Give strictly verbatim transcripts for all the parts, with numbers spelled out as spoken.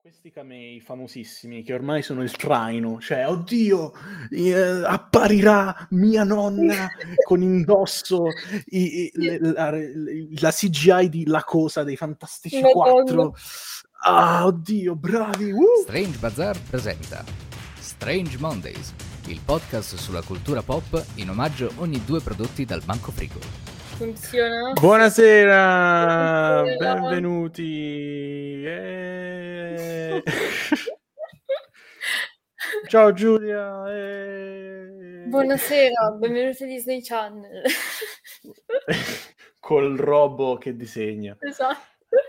Questi camei famosissimi che ormai sono il traino, cioè, oddio, eh, apparirà mia nonna con indosso i- i- le- la, la C G I di La Cosa dei Fantastici Madonna. quattro. Ah, oddio, bravi! Uh! Strange Bazaar presenta Strange Mondays, il podcast sulla cultura pop in omaggio ogni due prodotti dal Banco Frigo. Funziona? Buonasera, Buonasera. benvenuti. Eh. Ciao Giulia. Eh. Buonasera, benvenuti a Disney Channel. Col robo che disegna. Esatto.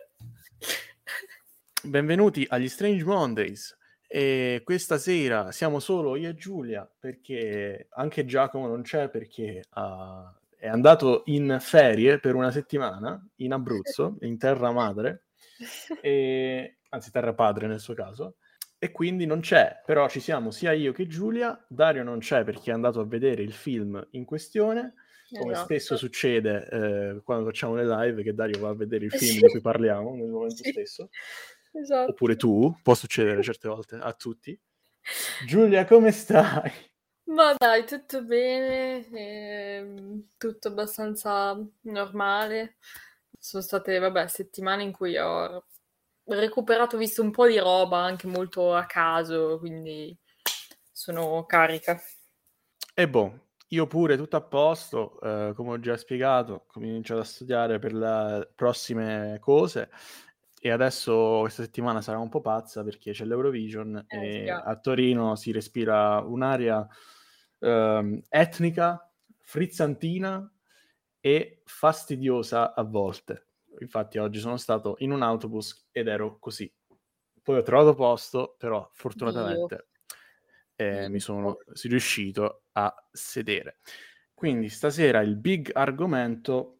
Benvenuti agli Strange Mondays. E questa sera siamo solo io e Giulia, perché anche Giacomo non c'è perché ha... è andato in ferie per una settimana in Abruzzo, in terra madre, e... anzi terra padre nel suo caso, e quindi non c'è, però ci siamo sia io che Giulia. Dario non c'è perché è andato a vedere il film in questione, come Esatto. spesso succede eh, quando facciamo le live, che Dario va a vedere il film Sì. di cui parliamo nel momento Sì. stesso. Esatto. Oppure tu, può succedere certe volte, a tutti. Giulia, come stai? Ma dai, tutto bene, ehm, tutto abbastanza normale. Sono state, vabbè, settimane in cui ho recuperato, visto un po' di roba, anche molto a caso, quindi sono carica. E boh, io pure tutto a posto, eh, come ho già spiegato, ho cominciato a studiare per le prossime cose e adesso questa settimana sarà un po' pazza perché c'è l'Eurovision Eh, e già. a Torino si respira un'aria ehm, etnica, frizzantina e fastidiosa a volte. Infatti oggi sono stato in un autobus ed ero così. Poi ho trovato posto, però Dio. fortunatamente eh, mi sono Dio. riuscito a sedere. Quindi stasera il big argomento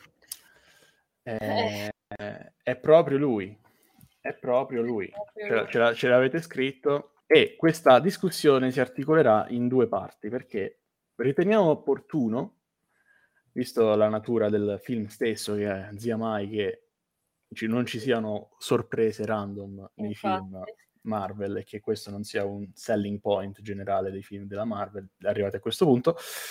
Eh, è, è proprio lui. È proprio lui. Ce, proprio... ce, la- ce l'avete scritto. E questa discussione si articolerà in due parti perché riteniamo opportuno, visto la natura del film stesso, che è Zia Mai, che ci- non ci siano sorprese random nei film Infatti. Marvel e che questo non sia un selling point generale dei film della Marvel, arrivati a questo punto,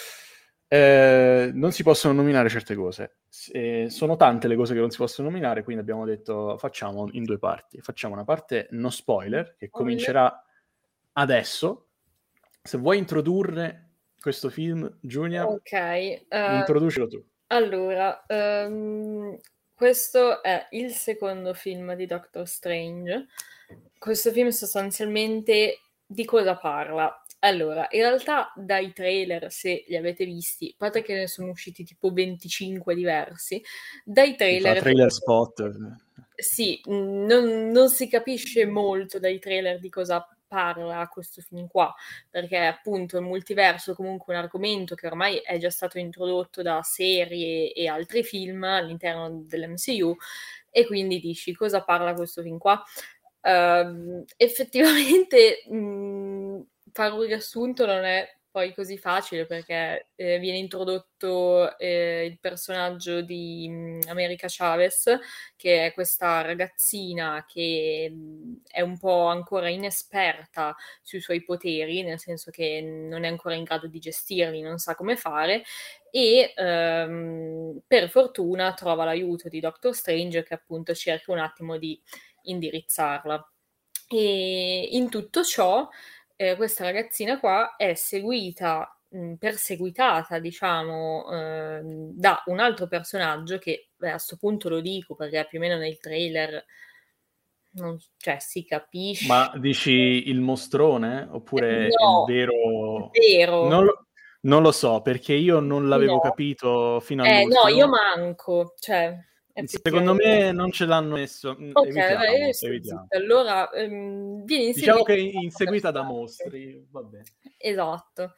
eh, non si possono nominare certe cose. Eh, sono tante le cose che non si possono nominare, quindi abbiamo detto facciamo in due parti. Facciamo una parte no spoiler, che comincerà adesso. Se vuoi introdurre questo film, Giulia, Ok, eh, introducilo tu. allora, ehm, questo è il secondo film di Doctor Strange. Questo film sostanzialmente di cosa parla? Allora, in realtà dai trailer, se li avete visti, a parte che ne sono usciti tipo venticinque diversi, dai Si fa trailer... trailer spot. Sì, mh, non, non si capisce molto dai trailer di cosa parla questo film qua, perché appunto il multiverso è comunque un argomento che ormai è già stato introdotto da serie e altri film all'interno dell'M C U, e quindi dici cosa parla questo film qua? Ehm, effettivamente mh, fare un riassunto non è poi così facile perché eh, viene introdotto eh, il personaggio di mh, America Chavez, che è questa ragazzina che mh, è un po' ancora inesperta sui suoi poteri, nel senso che non è ancora in grado di gestirli, non sa come fare, e ehm, per fortuna trova l'aiuto di Doctor Strange, che appunto cerca un attimo di indirizzarla. E in tutto ciò eh, questa ragazzina qua è seguita, mh, perseguitata, diciamo, ehm, da un altro personaggio che, beh, a sto punto lo dico perché più o meno nel trailer non, cioè, si capisce. Ma dici il mostrone oppure il No, vero? vero, Non lo, non lo so, perché io non l'avevo no. capito fino Eh, no, io all'ultimo. manco, cioè, Secondo effettivamente. me non ce l'hanno messo. Mm, Ok, vabbè, io Evitiamo, sto evitiamo. zitta. Allora, ehm, viene Diciamo inseguita che da questo inseguita da personaggio. mostri, vabbè. Esatto.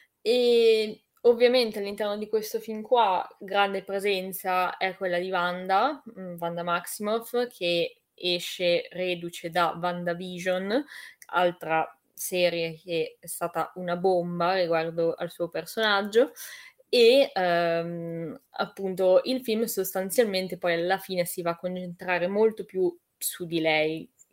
E ovviamente all'interno di questo film qua, grande presenza è quella di Wanda, mm, Wanda Maximoff, che esce reduce da WandaVision, altra serie che è stata una bomba riguardo al suo personaggio. E ehm, appunto il film sostanzialmente poi alla fine si va a concentrare molto più su di lei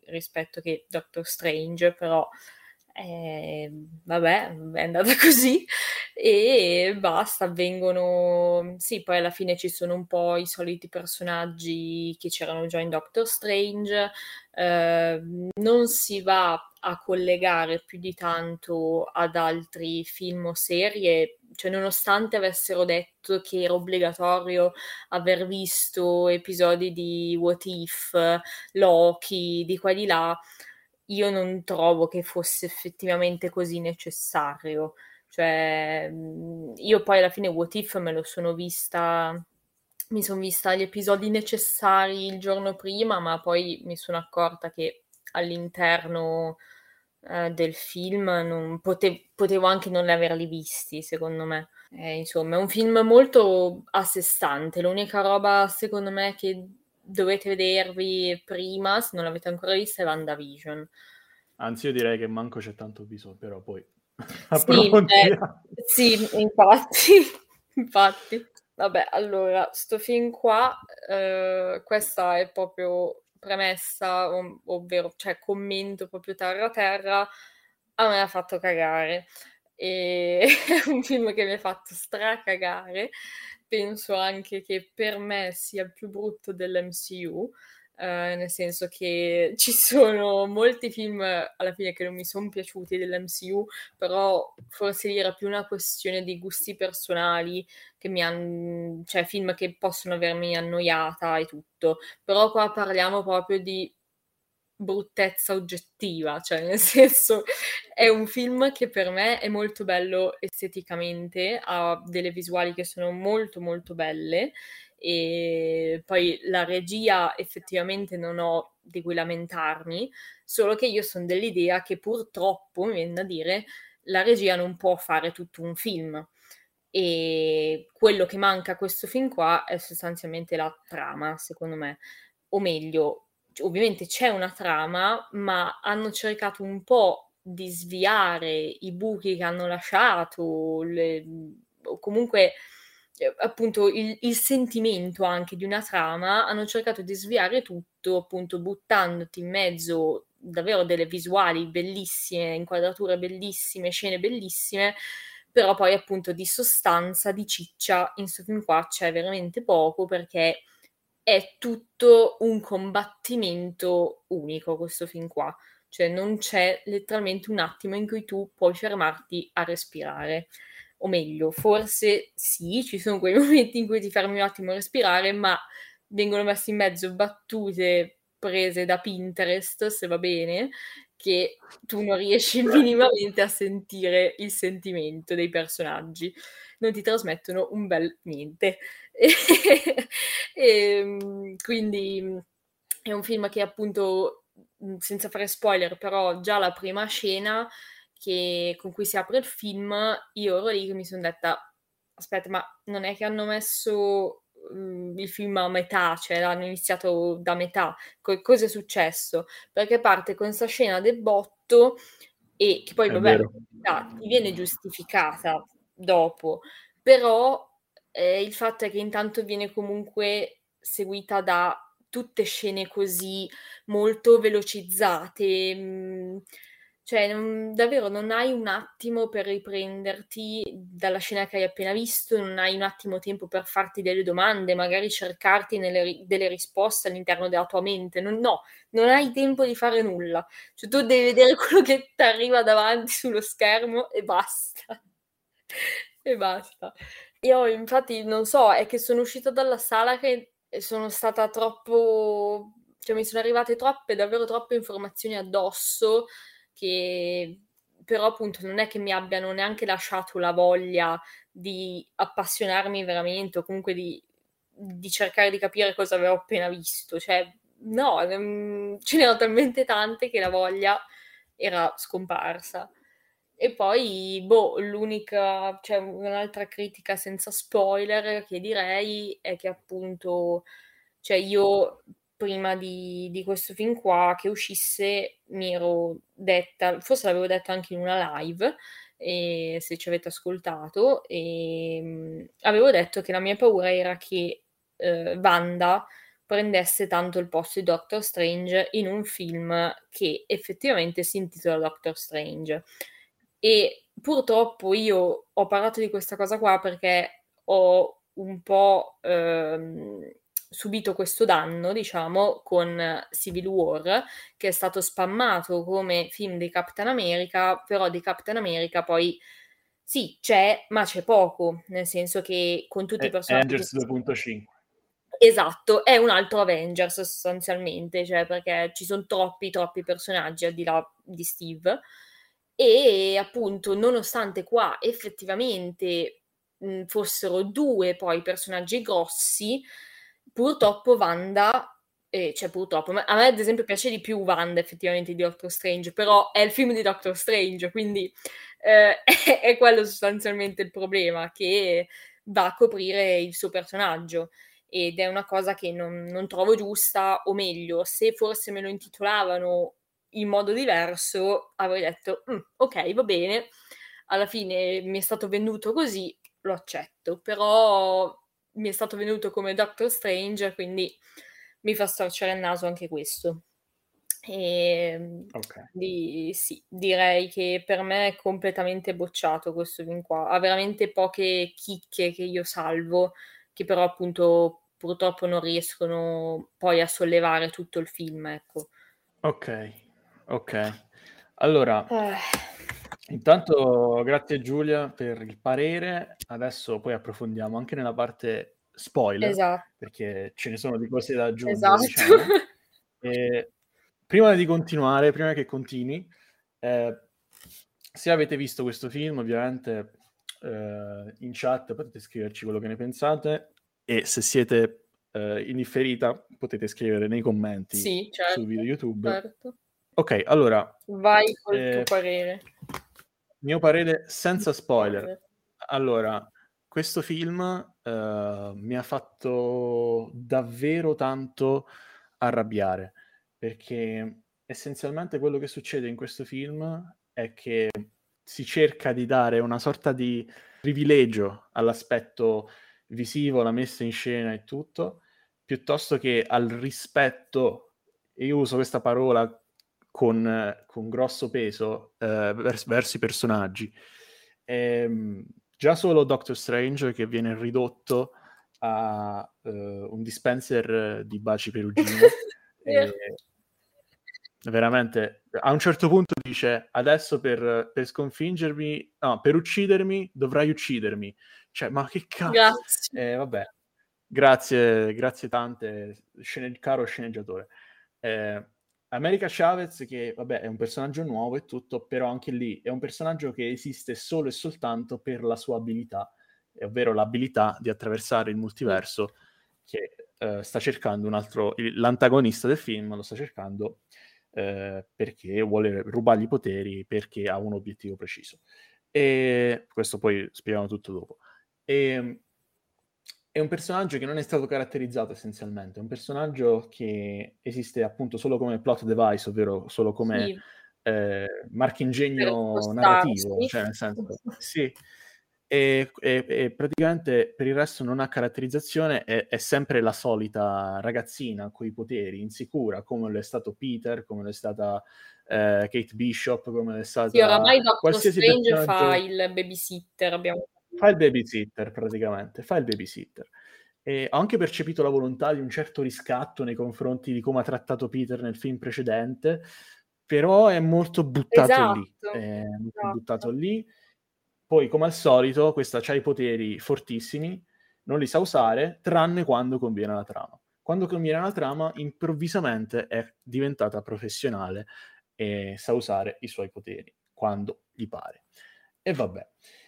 rispetto che Doctor Strange, però eh, vabbè, è andata così e basta, avvengono, sì, poi alla fine ci sono un po' i soliti personaggi che c'erano già in Doctor Strange, eh, non si va a collegare più di tanto ad altri film o serie, cioè nonostante avessero detto che era obbligatorio aver visto episodi di What If, Loki, di qua e di là, io non trovo che fosse effettivamente così necessario. Cioè, io poi alla fine What If me lo sono vista, mi sono vista gli episodi necessari il giorno prima, ma poi mi sono accorta che all'interno eh, del film non pote- potevo anche non averli visti, secondo me. Eh, insomma, è un film molto a sé stante. L'unica roba, secondo me, che dovete vedervi prima, se non l'avete ancora vista, è WandaVision. Anzi, io direi che manco c'è tanto bisogno, però poi Sì, eh, approfondiamo. sì, infatti, infatti. Vabbè, allora, sto film qua, eh, questa è proprio premessa, ov- ovvero, cioè commento proprio terra terra, a me ha fatto cagare. E è un film che mi ha fatto stracagare. Penso anche che per me sia il più brutto dell'M C U, eh, nel senso che ci sono molti film alla fine che non mi sono piaciuti dell'M C U, però forse lì era più una questione di gusti personali, che mi hanno, cioè film che possono avermi annoiata e tutto, però qua parliamo proprio di bruttezza oggettiva, cioè nel senso è un film che per me è molto bello esteticamente, ha delle visuali che sono molto molto belle e poi la regia effettivamente non ho di cui lamentarmi, solo che io sono dell'idea che purtroppo, mi viene da dire, la regia non può fare tutto un film e quello che manca a questo film qua è sostanzialmente la trama, secondo me, o meglio, ovviamente c'è una trama, ma hanno cercato un po' di sviare i buchi che hanno lasciato, le, o comunque eh, appunto il, il sentimento anche di una trama, hanno cercato di sviare tutto, appunto buttandoti in mezzo davvero delle visuali bellissime, inquadrature bellissime, scene bellissime, però poi appunto di sostanza, di ciccia in questo film qua c'è veramente poco perché è tutto un combattimento unico questo film qua, cioè non c'è letteralmente un attimo in cui tu puoi fermarti a respirare, o meglio, forse sì, ci sono quei momenti in cui ti fermi un attimo a respirare, ma vengono messi in mezzo battute prese da Pinterest, se va bene, che tu non riesci minimamente a sentire il sentimento dei personaggi, non ti trasmettono un bel niente. E, quindi è un film che appunto, senza fare spoiler, però già la prima scena che, con cui si apre il film, io ero lì che mi sono detta, aspetta, ma non è che hanno messo um, il film a metà, cioè hanno iniziato da metà, Co- cosa è successo? Perché parte con questa scena del botto e che poi, È vabbè, vero. ti viene giustificata dopo, però eh, il fatto è che intanto viene comunque seguita da tutte scene così molto velocizzate, mh, cioè non- davvero non hai un attimo per riprenderti dalla scena che hai appena visto, non hai un attimo tempo per farti delle domande, magari cercarti nelle ri- delle risposte all'interno della tua mente, non, no, non hai tempo di fare nulla, cioè tu devi vedere quello che ti arriva davanti sullo schermo e basta, e basta. Io infatti non so, è che sono uscita dalla sala che sono stata troppo, cioè mi sono arrivate troppe, davvero troppe informazioni addosso che però appunto non è che mi abbiano neanche lasciato la voglia di appassionarmi veramente o comunque di, di cercare di capire cosa avevo appena visto, cioè no, mm, ce n'erano talmente tante che la voglia era scomparsa. E poi, boh, l'unica, cioè un'altra critica senza spoiler che direi è che appunto, cioè io prima di, di questo film qua che uscisse mi ero detta, forse l'avevo detto anche in una live, e se ci avete ascoltato, e mh, avevo detto che la mia paura era che eh, Wanda prendesse tanto il posto di Doctor Strange in un film che effettivamente si intitola Doctor Strange. E purtroppo io ho parlato di questa cosa qua perché ho un po' ehm, subito questo danno, diciamo, con Civil War, che è stato spammato come film di Captain America, però di Captain America poi sì, c'è, ma c'è poco, nel senso che con tutti i personaggi... Avengers due punto cinque. Esatto, è un altro Avengers sostanzialmente, cioè perché ci sono troppi, troppi personaggi al di là di Steve. E appunto, nonostante qua effettivamente mh, fossero due poi personaggi grossi, purtroppo Wanda, eh, cioè purtroppo, a me ad esempio piace di più Wanda effettivamente di Doctor Strange, però è il film di Doctor Strange, quindi eh, è, è quello sostanzialmente il problema, che va a coprire il suo personaggio. Ed è una cosa che non, non trovo giusta, o meglio, se forse me lo intitolavano in modo diverso, avrei detto, mm, ok, va bene, alla fine mi è stato venduto così, lo accetto, però mi è stato venduto come Doctor Strange, quindi mi fa storcere il naso anche questo. E Okay. di, sì, direi che per me è completamente bocciato questo film qua, ha veramente poche chicche che io salvo, che però appunto purtroppo non riescono poi a sollevare tutto il film, ecco. Ok, ok. Allora, Eh, intanto grazie Giulia per il parere, adesso poi approfondiamo anche nella parte spoiler, esatto, perché ce ne sono di cose da aggiungere, esatto. diciamo. E prima di continuare, prima che continui, eh, se avete visto questo film, ovviamente eh, in chat potete scriverci quello che ne pensate, e se siete eh, in differita potete scrivere nei commenti Sì, certo, sul video YouTube. certo. Ok, allora, Vai col eh, tuo parere. mio parere senza spoiler. Spoiler. Allora, questo film eh, mi ha fatto davvero tanto arrabbiare, perché essenzialmente quello che succede in questo film è che si cerca di dare una sorta di privilegio all'aspetto visivo, la messa in scena e tutto, piuttosto che al rispetto, e io uso questa parola con, con grosso peso, eh, vers- verso i personaggi. Ehm, già solo Doctor Strange, che viene ridotto a uh, un dispenser di baci perugino, e veramente a un certo punto dice: adesso per, per sconfiggermi, no, per uccidermi dovrai uccidermi. Cioè, ma che cazzo? Grazie. Eh, vabbè, grazie, grazie tante, scene- caro sceneggiatore. Eh, America Chavez, che vabbè è un personaggio nuovo e tutto, però anche lì è un personaggio che esiste solo e soltanto per la sua abilità, ovvero l'abilità di attraversare il multiverso, che eh, sta cercando un altro, l'antagonista del film lo sta cercando eh, perché vuole rubargli i poteri, perché ha un obiettivo preciso. E questo poi spieghiamo tutto dopo. E, è un personaggio che non è stato caratterizzato essenzialmente, è un personaggio che esiste appunto solo come plot device, ovvero solo come Sì, eh, per marchingegno narrativo, spostarsi. cioè nel senso, sì, e, e- e praticamente per il resto non ha caratterizzazione, è, è sempre la solita ragazzina con i poteri, insicura, come lo è stato Peter, come lo è stata eh, Kate Bishop, come lo è Sì, stata oramai Doctor qualsiasi Strange fa personaggio. il babysitter, abbiamo Fa il babysitter praticamente, fa il babysitter. E ho anche percepito la volontà di un certo riscatto nei confronti di come ha trattato Peter nel film precedente, però è molto buttato lì, Esatto, è molto buttato esatto. lì. Poi, come al solito, questa c'ha i poteri fortissimi, non li sa usare, tranne quando conviene alla trama. Quando conviene alla trama, improvvisamente è diventata professionale e sa usare i suoi poteri, quando gli pare. E vabbè.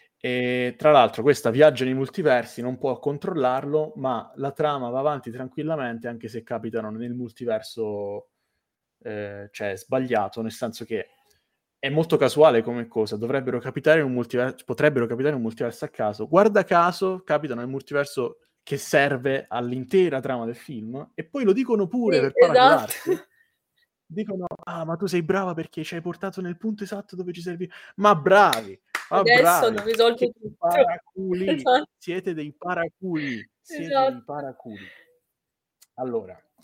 E, tra l'altro questa viaggia nei multiversi, non può controllarlo, ma la trama va avanti tranquillamente anche se capitano nel multiverso eh, cioè sbagliato, nel senso che è molto casuale come cosa, dovrebbero capitare in un multiverso, potrebbero capitare in un multiverso a caso, guarda caso capitano nel multiverso che serve all'intera trama del film e poi lo dicono pure Sì, per esatto. paracularsi. Dicono, ah, ma tu sei brava perché ci hai portato nel punto esatto dove ci servi. Ma bravi, ma Adesso bravi, hanno risolto che tutto. paraculi, Esatto. siete dei paraculi, siete Esatto. dei paraculi. Allora,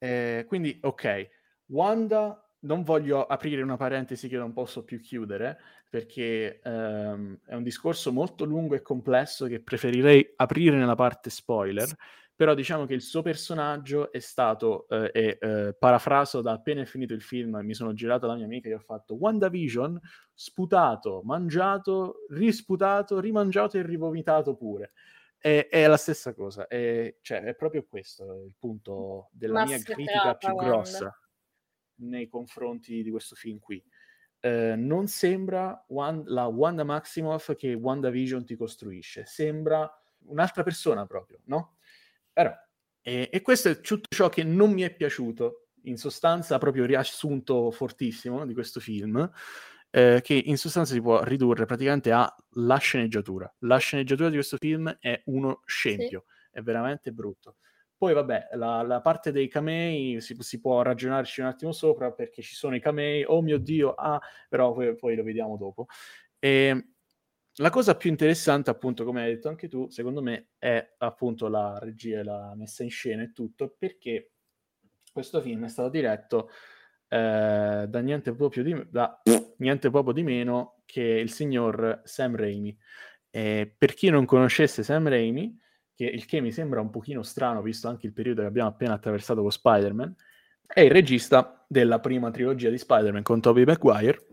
Eh, quindi, ok, Wanda, non voglio aprire una parentesi che non posso più chiudere, perché ehm, è un discorso molto lungo e complesso che preferirei aprire nella parte spoiler, però diciamo che il suo personaggio è stato, eh, è, eh, parafraso da appena è finito il film, mi sono girato alla mia amica e ho fatto WandaVision, sputato, mangiato, risputato, rimangiato e rivomitato pure. È, è la stessa cosa, è, cioè, è proprio questo il punto della mia critica Massacrata più Wanda. grossa nei confronti di questo film qui. Eh, non sembra Wan- la Wanda Maximoff che WandaVision ti costruisce, sembra un'altra persona proprio, no? Però, e, e questo è tutto ciò che non mi è piaciuto, in sostanza proprio riassunto fortissimo di questo film, eh, che in sostanza si può ridurre praticamente alla sceneggiatura. La sceneggiatura di questo film è uno scempio, sì. È veramente brutto. Poi vabbè, la, la parte dei camei si, si può ragionarci un attimo sopra, perché ci sono i camei, oh mio Dio, ah, però poi, poi lo vediamo dopo. E la cosa più interessante, appunto, come hai detto anche tu, secondo me, è appunto la regia e la messa in scena e tutto, perché questo film è stato diretto eh, da niente proprio di, da niente proprio di meno che il signor Sam Raimi. E per chi non conoscesse Sam Raimi, che, il che mi sembra un pochino strano, visto anche il periodo che abbiamo appena attraversato con Spider-Man, è il regista della prima trilogia di Spider-Man con Tobey Maguire,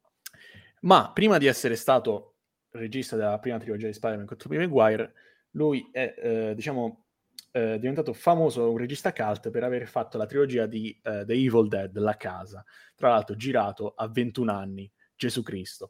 ma prima di essere stato regista della prima trilogia di Spider-Man con Tobey Maguire, lui è, eh, diciamo, eh, diventato famoso, un regista cult, per aver fatto la trilogia di uh, The Evil Dead, La Casa, tra l'altro girato a ventuno anni, Gesù Cristo,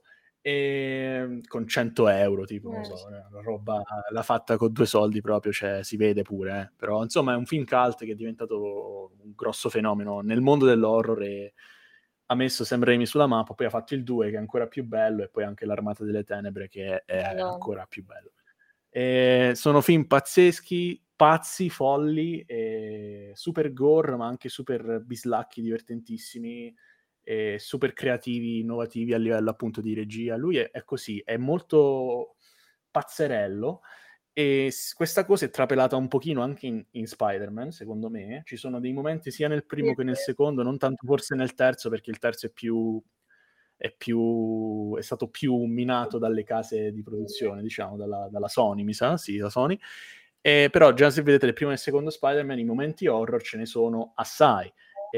e con cento euro, tipo, non so, una roba, l'ha fatta con due soldi proprio, cioè si vede pure, eh. Però insomma è un film cult che è diventato un grosso fenomeno nel mondo dell'horror e ha messo Sam Raimi sulla mappa, poi ha fatto il due che è ancora più bello e poi anche L'Armata delle Tenebre che è allora. ancora più bello. E sono film pazzeschi, pazzi, folli, e super gore ma anche super bislacchi, divertentissimi, e super creativi, innovativi a livello appunto di regia. Lui è, è così, è molto pazzerello. E questa cosa è trapelata un pochino anche in, in Spider-Man, secondo me. Ci sono dei momenti sia nel primo che nel secondo, non tanto forse nel terzo, perché il terzo è più è più è stato più minato dalle case di produzione, diciamo, dalla, dalla Sony, mi sa, sì, la Sony. E, però già se vedete il primo e il secondo Spider-Man, i momenti horror ce ne sono assai.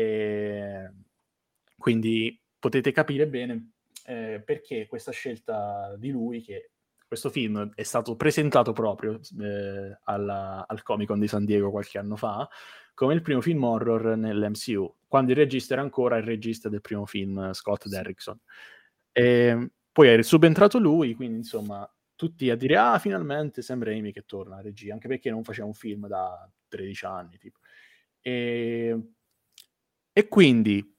E quindi potete capire bene eh, perché questa scelta di lui, che questo film è stato presentato proprio eh, alla, al Comic-Con di San Diego qualche anno fa, come il primo film horror nell'M C U, quando il regista era ancora il regista del primo film, Scott Derrickson. E poi è subentrato lui, quindi insomma tutti a dire ah finalmente Sam Raimi che torna a regia, anche perché non faceva un film da tredici anni tipo. E, e quindi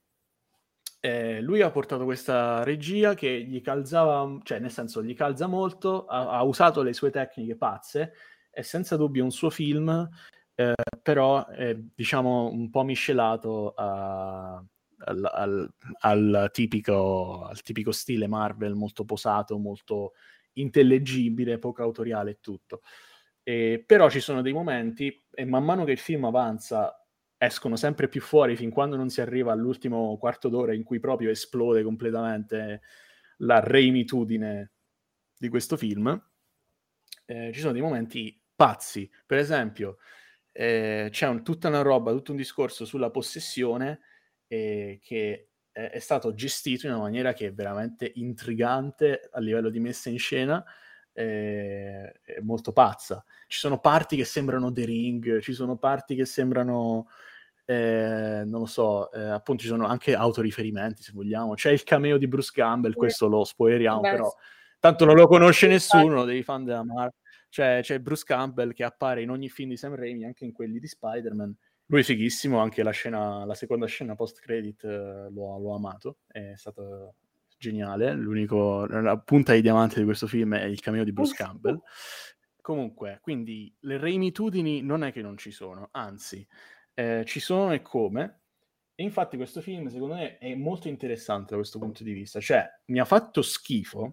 eh, lui ha portato questa regia che gli calzava, cioè nel senso gli calza molto, ha, ha usato le sue tecniche pazze, è senza dubbio un suo film, eh, però è diciamo un po' miscelato a, al, al, al, tipico, al tipico stile Marvel, molto posato, molto intellegibile, poco autoriale e tutto. E, però ci sono dei momenti, e man mano che il film avanza escono sempre più fuori fin quando non si arriva all'ultimo quarto d'ora in cui proprio esplode completamente la reimitudine di questo film. Eh, ci sono dei momenti pazzi, per esempio eh, c'è un, tutta una roba, tutto un discorso sulla possessione eh, che è, è stato gestito in una maniera che è veramente intrigante a livello di messa in scena, eh, è molto pazza. Ci sono parti che sembrano The Ring, ci sono parti che sembrano eh, non lo so, eh, appunto ci sono anche autoriferimenti se vogliamo, c'è il cameo di Bruce Campbell, questo lo spoileriamo, Beh, però tanto non lo conosce nessuno dei fan della Marvel, cioè c'è Bruce Campbell che appare in ogni film di Sam Raimi, anche in quelli di Spider-Man, lui è fighissimo, anche la scena, la seconda scena post-credit eh, l'ho, l'ho amato, è stato geniale, l'unico, la punta di diamante di questo film è il cameo di Bruce Campbell. Comunque, quindi le reimitudini non è che non ci sono, anzi eh, ci sono e come, e infatti questo film secondo me è molto interessante da questo punto di vista, cioè mi ha fatto schifo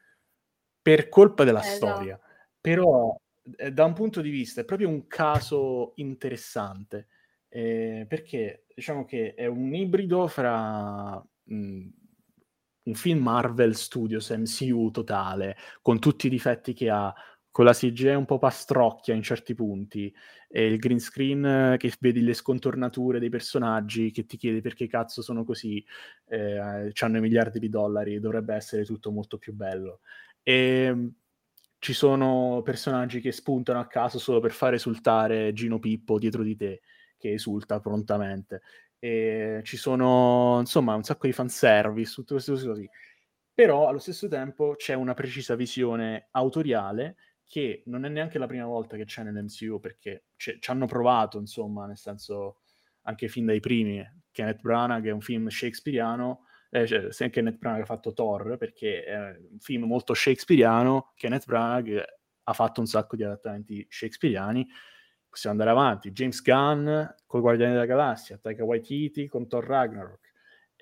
per colpa della esatto. storia, però eh, da un punto di vista è proprio un caso interessante, eh, perché diciamo che è un ibrido fra mh, un film Marvel Studios M C U totale, con tutti i difetti che ha, con la C G I un po' pastrocchia in certi punti, e il green screen eh, che vedi le scontornature dei personaggi, che ti chiedi perché cazzo sono così, eh, c'hanno miliardi di dollari, dovrebbe essere tutto molto più bello. E mh, ci sono personaggi che spuntano a caso solo per far esultare Gino Pippo dietro di te, che esulta prontamente. E ci sono, insomma, un sacco di fanservice, tutte queste cose così. Però allo stesso tempo c'è una precisa visione autoriale che non è neanche la prima volta che c'è nell'M C U, perché ci hanno provato, insomma, nel senso, anche fin dai primi. Kenneth Branagh è un film shakespeariano, eh, cioè, se Kenneth Branagh ha fatto Thor, perché è un film molto shakespeariano, Kenneth Branagh ha fatto un sacco di adattamenti shakespeariani. Possiamo andare avanti. James Gunn con Guardiani della Galassia, Taika Waititi con Thor Ragnarok,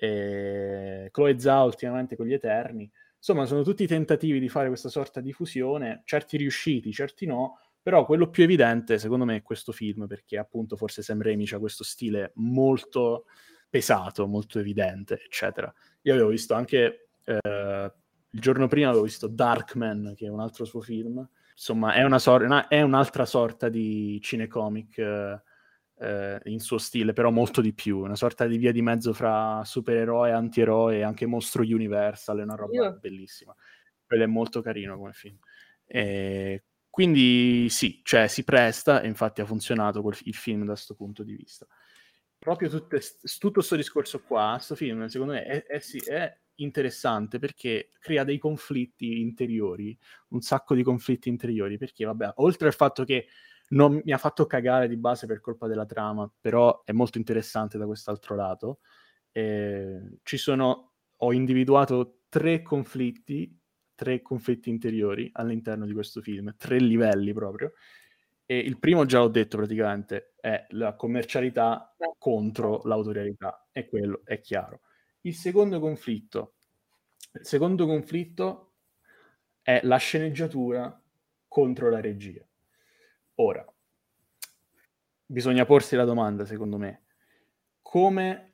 e Chloe Zhao ultimamente con Gli Eterni. Insomma, sono tutti tentativi di fare questa sorta di fusione, certi riusciti, certi no, però quello più evidente, secondo me, è questo film, perché appunto forse Sam Raimi ha questo stile molto pesato, molto evidente, eccetera. Io avevo visto anche, eh, il giorno prima avevo visto Darkman, che è un altro suo film. Insomma, è, una sor- una, è un'altra sorta di cinecomic eh, eh, in suo stile, però molto di più, una sorta di via di mezzo fra supereroe, antieroe e anche mostro Universal, è una roba Io. bellissima. Quello è molto carino come film. E quindi sì, cioè si presta, e infatti ha funzionato quel, il film da questo punto di vista. Proprio tutte, tutto questo discorso qua, questo film, secondo me, è, è, sì, è interessante perché crea dei conflitti interiori, un sacco di conflitti interiori, perché vabbè, oltre al fatto che non mi ha fatto cagare di base per colpa della trama, però è molto interessante da quest'altro lato. Eh, ci sono, ho individuato tre conflitti, tre conflitti interiori all'interno di questo film, tre livelli proprio. E il primo, già ho detto praticamente, è la commercialità contro l'autorialità, e quello è chiaro. Il secondo conflitto, il secondo conflitto è la sceneggiatura contro la regia. Ora, bisogna porsi la domanda, secondo me, come,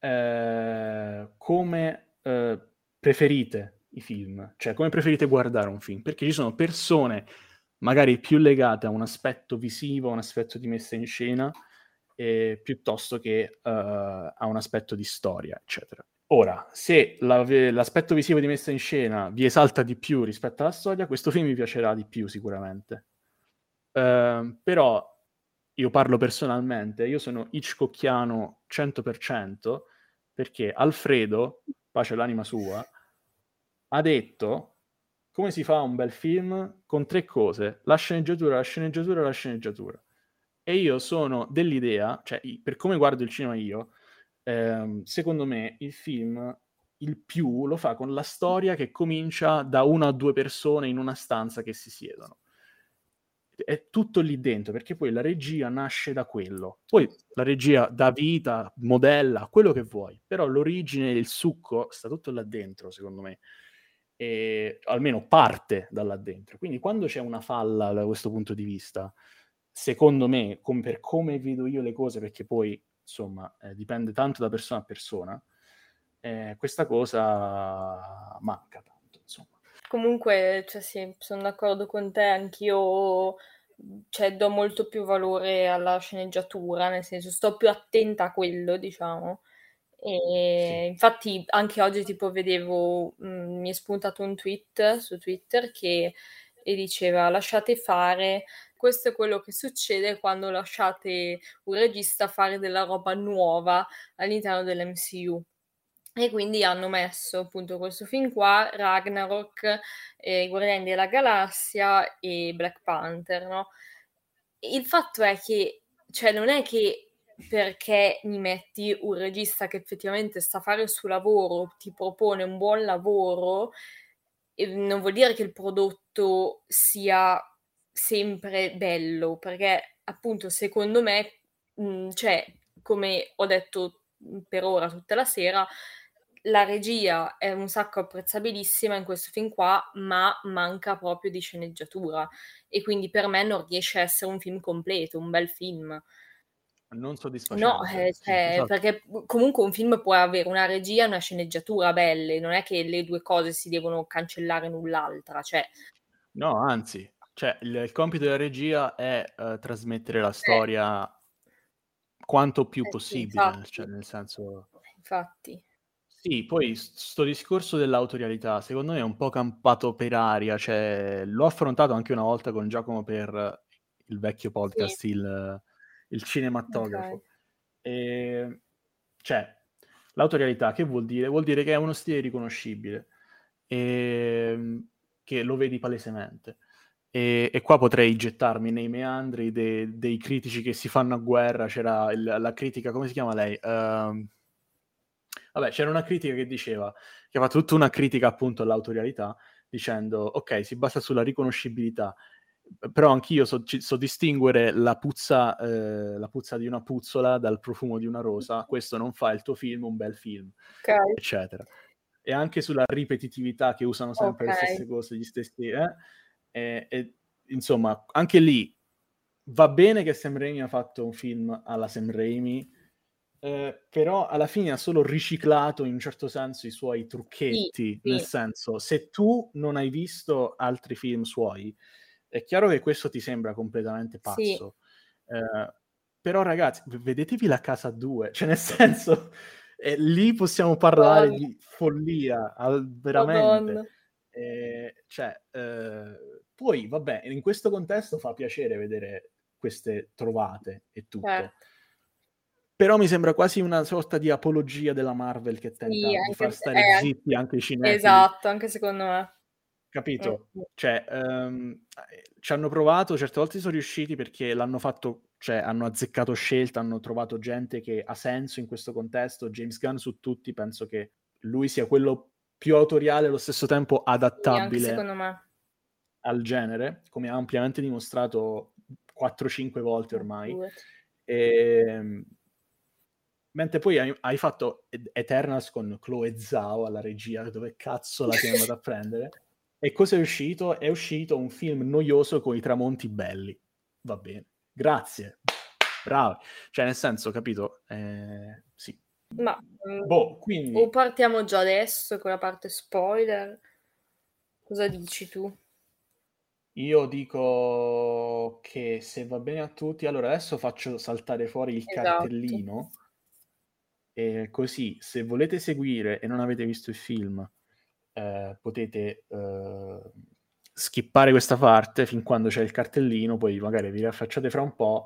eh, come eh, preferite i film? Cioè, come preferite guardare un film? Perché ci sono persone magari più legate a un aspetto visivo, a un aspetto di messa in scena, eh, piuttosto che uh, a un aspetto di storia, eccetera. Ora, se la, l'aspetto visivo di messa in scena vi esalta di più rispetto alla storia, questo film vi piacerà di più sicuramente. Uh, però io parlo personalmente, io sono Hitchcockiano cento per cento, perché Alfredo, pace all'anima sua, ha detto come si fa un bel film con tre cose: la sceneggiatura, la sceneggiatura e la sceneggiatura. E io sono dell'idea, cioè per come guardo il cinema io, ehm, secondo me il film il più lo fa con la storia che comincia da una o due persone in una stanza che si siedono. È tutto lì dentro, perché poi la regia nasce da quello. Poi la regia dà vita, modella, quello che vuoi, però l'origine, il succo sta tutto là dentro, secondo me. E almeno parte da là dentro. Quindi quando c'è una falla da questo punto di vista, secondo me, com- per come vedo io le cose, perché poi, insomma, eh, dipende tanto da persona a persona, eh, questa cosa manca tanto, insomma. Comunque, cioè sì, sono d'accordo con te, anch'io, cioè, do molto più valore alla sceneggiatura, nel senso sto più attenta a quello, diciamo. E Sì. infatti anche oggi tipo vedevo, mh, mi è spuntato un tweet su Twitter che e diceva lasciate fare, questo è quello che succede quando lasciate un regista fare della roba nuova all'interno dell'M C U. E quindi hanno messo appunto questo film qua, Ragnarok, eh, Guardiani della Galassia e Black Panther, no? Il fatto è che, cioè, non è che perché mi metti un regista che effettivamente sa fare il suo lavoro, ti propone un buon lavoro, e non vuol dire che il prodotto sia sempre bello, perché appunto secondo me, mh, cioè, come ho detto per ora tutta la sera, la regia è un sacco apprezzabilissima in questo film qua, ma manca proprio di sceneggiatura e quindi per me non riesce a essere un film completo, un bel film. non No, soddisfacente. eh, Sì, cioè, esatto. perché comunque un film può avere una regia e una sceneggiatura belle, non è che le due cose si devono cancellare l'un l'altra, cioè No, anzi, cioè il, il compito della regia è eh, trasmettere la eh, storia quanto più eh sì, possibile, cioè infatti, nel senso... infatti. Sì, poi s- sto discorso dell'autorialità, secondo me è un po' campato per aria, cioè l'ho affrontato anche una volta con Giacomo per il vecchio Sì, podcast, il, il ok. cinematografo. E, cioè, l'autorialità che vuol dire? Vuol dire che è uno stile riconoscibile, e, che lo vedi palesemente. E, e qua potrei gettarmi nei meandri de- dei critici che si fanno a guerra. C'era il- la critica, come si chiama lei? Ehm, vabbè, c'era una critica che diceva, che fa tutta una critica appunto all'autorialità, dicendo, ok, si basa sulla riconoscibilità, però anch'io so, ci- so distinguere la puzza, eh, la puzza di una puzzola dal profumo di una rosa, questo non fa il tuo film un bel film, Ok, eccetera. E anche sulla ripetitività, che usano sempre ok. le stesse cose, gli stessi... eh, e, e, insomma, anche lì va bene che Sam Raimi ha fatto un film alla Sam Raimi, eh, però alla fine ha solo riciclato in un certo senso i suoi Sì, trucchetti, nel sì, senso, se tu non hai visto altri film suoi, è chiaro che questo ti sembra completamente sì. pazzo. Eh, però ragazzi, v- vedetevi La Casa due, cioè nel senso, eh, lì possiamo parlare Madonna, di follia, al- veramente. Madonna. Eh, cioè, eh, poi, vabbè, in questo contesto fa piacere vedere queste trovate e tutto. Certo. Però mi sembra quasi una sorta di apologia della Marvel che Sì, tenta di anche far se stare eh, zitti anche i cinefili, esatto, anche secondo me. capito? Mh-mh. Cioè, ehm, eh, ci hanno provato, certe volte sono riusciti perché l'hanno fatto, cioè hanno azzeccato scelta, hanno trovato gente che ha senso in questo contesto. James Gunn su tutti, penso che lui sia quello più autoriale e allo stesso tempo Sì, anche adattabile secondo me. al genere, come ha ampiamente dimostrato quattro cinque volte Eh, ormai. figurati. E... mentre poi hai, hai fatto Eternals con Chloe Zhao alla regia, dove cazzo la sei andata a prendere? E cosa è uscito? È uscito un film noioso con i tramonti belli. Va bene, grazie, bravo. Cioè, nel senso, capito? Eh, sì. Ma, mhmm, Boh, o quindi partiamo già adesso con la parte spoiler? Cosa dici tu? io dico che se va bene a tutti, allora adesso faccio saltare fuori il Esatto. cartellino. E così, se volete seguire e non avete visto il film, eh, potete eh, skippare questa parte fin quando c'è il cartellino, poi magari vi riaffacciate fra un po'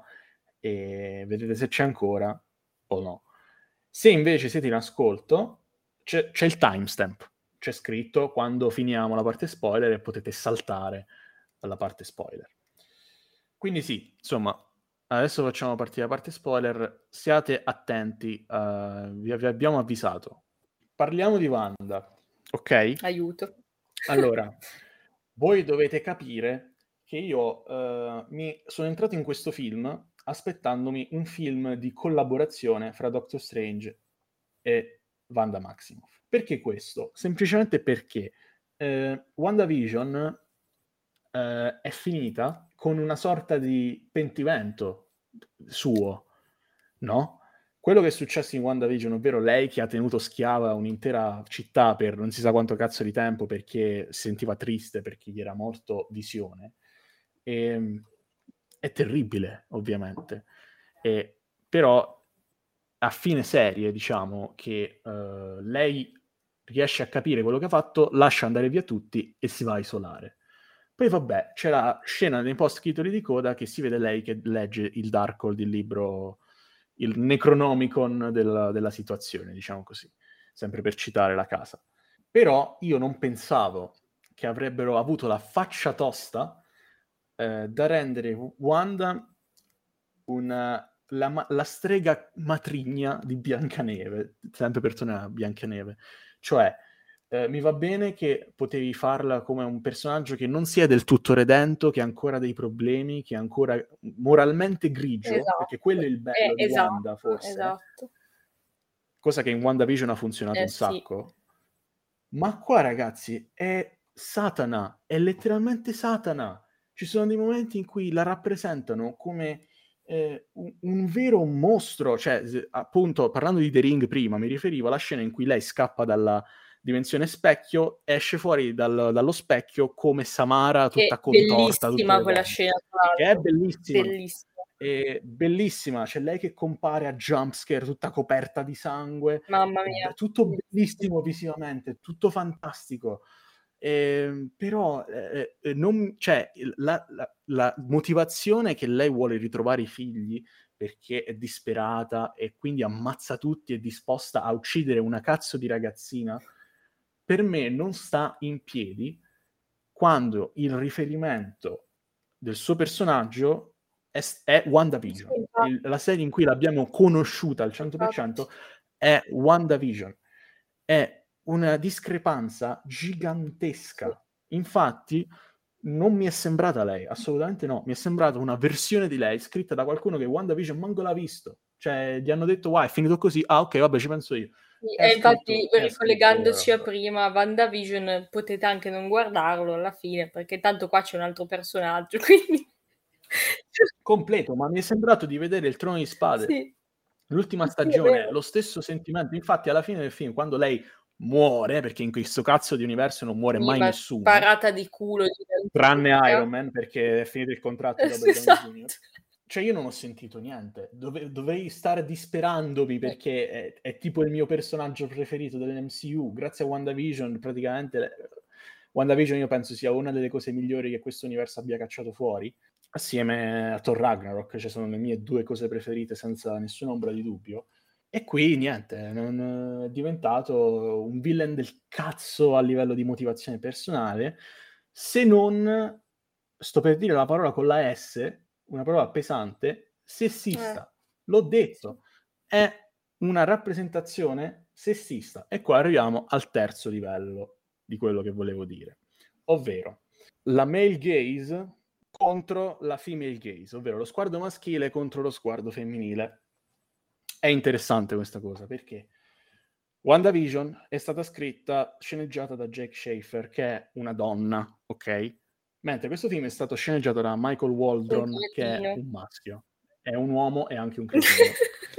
e vedete se c'è ancora o no. Se invece siete in ascolto, c'è, c'è il timestamp, c'è scritto quando finiamo la parte spoiler e potete saltare alla parte spoiler. Quindi sì, insomma, adesso facciamo partire la parte spoiler, siate attenti, uh, vi, vi abbiamo avvisato. Parliamo di Wanda, ok? Aiuto. Allora, voi dovete capire che io uh, mi sono entrato in questo film aspettandomi un film di collaborazione fra Doctor Strange e Wanda Maximoff. Perché questo? Semplicemente perché eh, WandaVision eh, è finita con una sorta di pentimento suo, no? Quello che è successo in WandaVision, ovvero lei che ha tenuto schiava un'intera città per non si sa quanto cazzo di tempo perché si sentiva triste perché gli era morto Visione, e, è terribile, ovviamente. E, però a fine serie, diciamo, che uh, lei riesce a capire quello che ha fatto, lascia andare via tutti e si va a isolare. Poi vabbè, c'è la scena nei post-titoli di coda che si vede lei che legge il Darkhold, il libro, il Necronomicon della, della situazione, diciamo così, sempre per citare la casa. Però io non pensavo che avrebbero avuto la faccia tosta eh, da rendere Wanda una, la, la strega matrigna di Biancaneve, sempre per tornare a Biancaneve. Cioè, eh, mi va bene che potevi farla come un personaggio che non si è del tutto redento, che ha ancora dei problemi, che è ancora moralmente grigio, perché quello Esatto. è il Eh, bello di Wanda, esatto, forse, esatto. cosa che in WandaVision ha funzionato Eh un sì. sacco. Ma qua, ragazzi, è Satana, è letteralmente Satana. Ci sono dei momenti in cui la rappresentano come eh, un, un vero mostro, cioè appunto parlando di The Ring prima, mi riferivo alla scena in cui lei scappa dalla dimensione specchio, esce fuori dal, dallo specchio come Samara tutta È contorta, bellissima quella scena, che è bellissima. bellissima. È bellissima, c'è lei che compare a jumpscare tutta coperta di sangue, mamma mia, tutto bellissimo visivamente, tutto fantastico. Eh, però eh, non, cioè, la, la, la motivazione che lei vuole ritrovare i figli perché è disperata e quindi ammazza tutti, è disposta a uccidere una cazzo di ragazzina, per me non sta in piedi quando il riferimento del suo personaggio è, è WandaVision. Il, la serie in cui l'abbiamo conosciuta al cento per cento è WandaVision. È una discrepanza gigantesca. Infatti non mi è sembrata lei, assolutamente no. Mi è sembrata una versione di lei scritta da qualcuno che WandaVision manco l'ha visto. Cioè, gli hanno detto, wow, è finito così? Ah, ok, vabbè, ci penso io. E infatti, ricollegandoci a prima, WandaVision potete anche non guardarlo alla fine, perché tanto qua c'è un altro personaggio, quindi... completo, ma mi è sembrato di vedere il Trono di Spade. Sì. L'ultima Sì, stagione, lo stesso sentimento. Infatti, alla fine del film, quando lei muore, perché in questo cazzo di universo non muore sì, mai nessuno, parata di culo tranne Iron Man, perché è finito il contratto di Robert Downey junior Cioè, io non ho sentito niente. Dove, dovevi stare disperandomi perché è, è tipo il mio personaggio preferito dell'M C U. Grazie a WandaVision, praticamente WandaVision io penso sia una delle cose migliori che questo universo abbia cacciato fuori, assieme a Thor Ragnarok, cioè sono le mie due cose preferite senza nessuna ombra di dubbio. E qui niente, non è diventato un villain del cazzo a livello di motivazione personale, se non, sto per dire la parola con la S, una parola pesante, sessista. Eh. L'ho detto, è una rappresentazione sessista. E qua arriviamo al terzo livello di quello che volevo dire, ovvero la male gaze contro la female gaze, ovvero lo sguardo maschile contro lo sguardo femminile. È interessante questa cosa, perché WandaVision è stata scritta, sceneggiata da Jake Schaefer, che è una donna, ok? Mentre questo film è stato sceneggiato da Michael Waldron, che è un maschio. È un uomo e anche un cretino.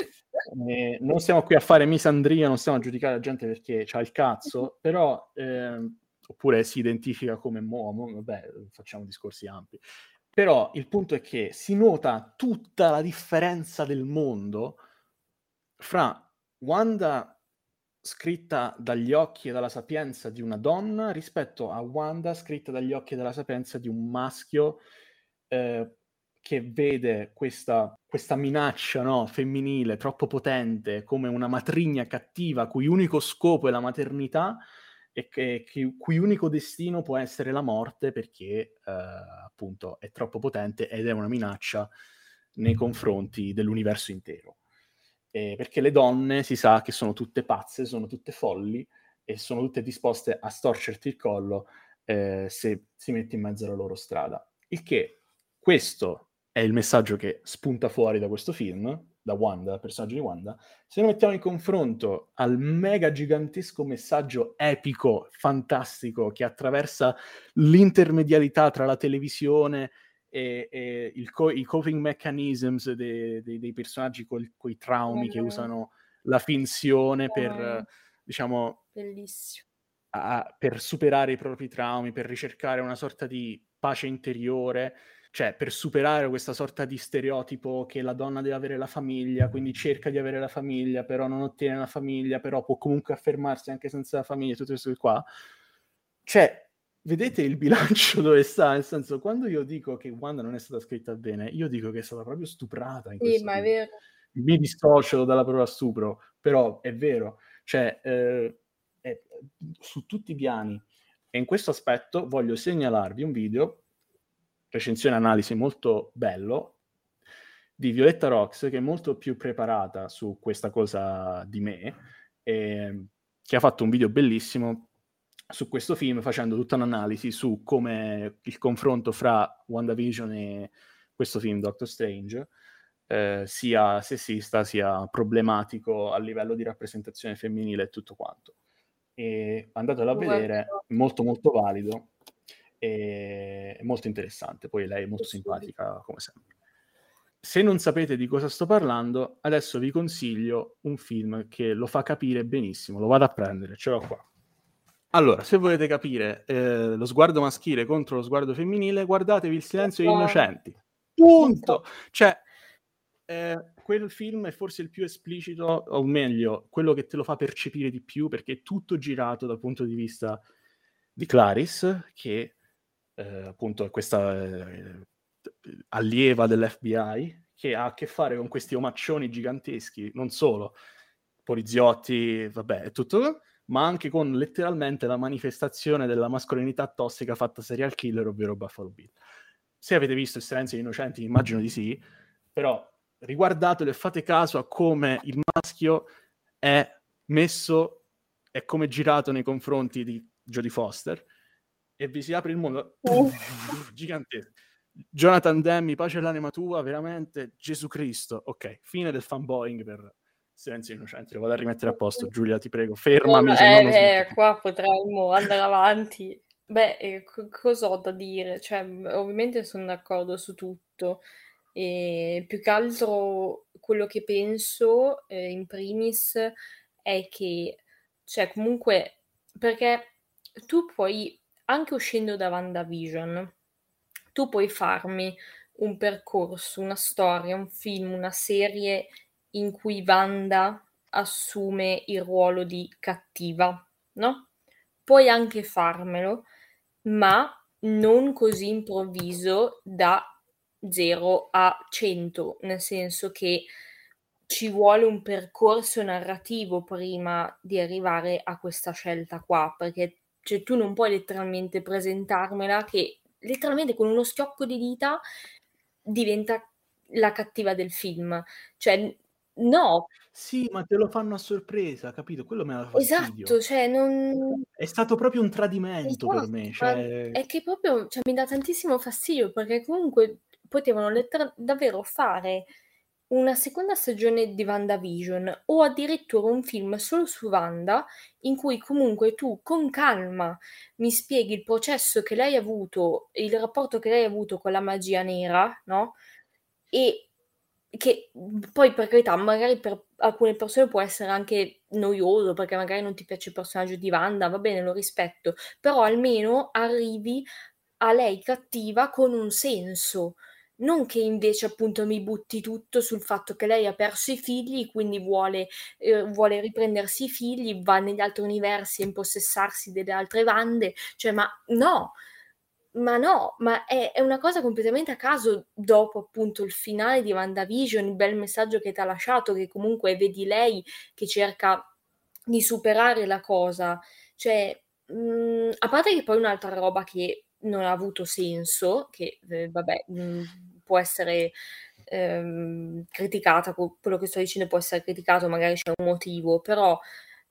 eh, non stiamo qui a fare misandria, non stiamo a giudicare la gente perché c'ha il cazzo, però... Eh, oppure si identifica come uomo, vabbè, facciamo discorsi ampi. Però il punto è che si nota tutta la differenza del mondo fra Wanda scritta dagli occhi e dalla sapienza di una donna rispetto a Wanda scritta dagli occhi e dalla sapienza di un maschio eh, che vede questa, questa minaccia, no, femminile troppo potente come una matrigna cattiva cui unico scopo è la maternità e che, che, cui unico destino può essere la morte perché eh, appunto è troppo potente ed è una minaccia nei confronti dell'universo intero. Eh, perché le donne si sa che sono tutte pazze, sono tutte folli e sono tutte disposte a storcerti il collo eh, se si mette in mezzo alla loro strada. Il che, questo è il messaggio che spunta fuori da questo film, da Wanda, dal personaggio di Wanda. Se lo mettiamo in confronto al mega gigantesco messaggio epico, fantastico, che attraversa l'intermedialità tra la televisione e, e il co- i coping mechanisms de- de- dei personaggi con i traumi mm. che usano la finzione per, mm. diciamo, bellissimo. A, per superare i propri traumi, per ricercare una sorta di pace interiore, cioè per superare questa sorta di stereotipo che la donna deve avere la famiglia, quindi cerca di avere la famiglia, però non ottiene la famiglia, però può comunque affermarsi anche senza la famiglia, tutto questo qua. Cioè, vedete il bilancio dove sta? Nel senso, quando io dico che Wanda non è stata scritta bene, io dico che è stata proprio stuprata in sì, ma film. È vero. Mi dissocio dalla parola stupro, però è vero. Cioè, eh, è, su tutti i piani. E in questo aspetto voglio segnalarvi un video, recensione analisi molto bello, di Violetta Rox, che è molto più preparata su questa cosa di me, e che ha fatto un video bellissimo su questo film facendo tutta un'analisi su come il confronto fra WandaVision e questo film Doctor Strange eh, sia sessista sia problematico a livello di rappresentazione femminile e tutto quanto. E andatelo a vedere, è molto molto valido e molto interessante, poi lei è molto simpatica come sempre. se non sapete di cosa sto parlando, adesso vi consiglio un film che lo fa capire benissimo. Lo vado a prendere, ce l'ho qua. Allora, se volete capire eh, lo sguardo maschile contro lo sguardo femminile, guardatevi Il silenzio degli innocenti. Punto! Cioè, eh, quel film è forse il più esplicito, o meglio, quello che te lo fa percepire di più, perché è tutto girato dal punto di vista di Clarice, che eh, appunto è questa eh, allieva dell'F B I, che ha a che fare con questi omaccioni giganteschi, non solo poliziotti, vabbè, è tutto, ma anche con letteralmente la manifestazione della mascolinità tossica fatta serial killer, ovvero Buffalo Bill. Se avete visto Il silenzio degli innocenti, immagino di sì, però riguardatelo e fate caso a come il maschio è messo, è come girato nei confronti di Jodie Foster, e vi si apre il mondo gigantesco. Jonathan Demme, pace all'anima tua, veramente Gesù Cristo. Ok, fine del fanboying per Silenzio Innocenti, lo vado a rimettere a posto. Giulia, ti prego, fermami, no, se eh, no non eh, smetto. qua potremmo andare avanti. Beh, eh, co- cosa ho da dire? Cioè, ovviamente sono d'accordo su tutto. E più che altro quello che penso eh, in primis è che, cioè, comunque, perché tu puoi, anche uscendo da WandaVision, tu puoi farmi un percorso, una storia, un film, una serie in cui Wanda assume il ruolo di cattiva, no? Puoi anche farmelo, ma non così improvviso da zero a cento, nel senso che ci vuole un percorso narrativo prima di arrivare a questa scelta qua, perché cioè, tu non puoi letteralmente presentarmela che letteralmente con uno schiocco di dita diventa la cattiva del film. Cioè, no. Sì, ma te lo fanno a sorpresa, capito? Quello mi dà fastidio. Esatto, cioè non... È stato proprio un tradimento Esatto, per me. Cioè... è che proprio cioè, mi dà tantissimo fastidio perché comunque potevano letter- davvero fare una seconda stagione di WandaVision o addirittura un film solo su Wanda in cui comunque tu con calma mi spieghi il processo che lei ha avuto, il rapporto che lei ha avuto con la magia nera, no? E che poi per carità magari per alcune persone può essere anche noioso perché magari non ti piace il personaggio di Wanda, va bene, lo rispetto, però almeno arrivi a lei cattiva con un senso, non che invece appunto mi butti tutto sul fatto che lei ha perso i figli, quindi vuole, eh, vuole riprendersi i figli, va negli altri universi a impossessarsi delle altre Wande, cioè ma no! Ma no, ma è, è una cosa completamente a caso dopo appunto il finale di WandaVision, il bel messaggio che ti ha lasciato, che comunque vedi lei che cerca di superare la cosa. Cioè, mh, a parte che poi un'altra roba che non ha avuto senso, che eh, vabbè, mh, può essere ehm, criticata, quello che sto dicendo può essere criticato, magari c'è un motivo, però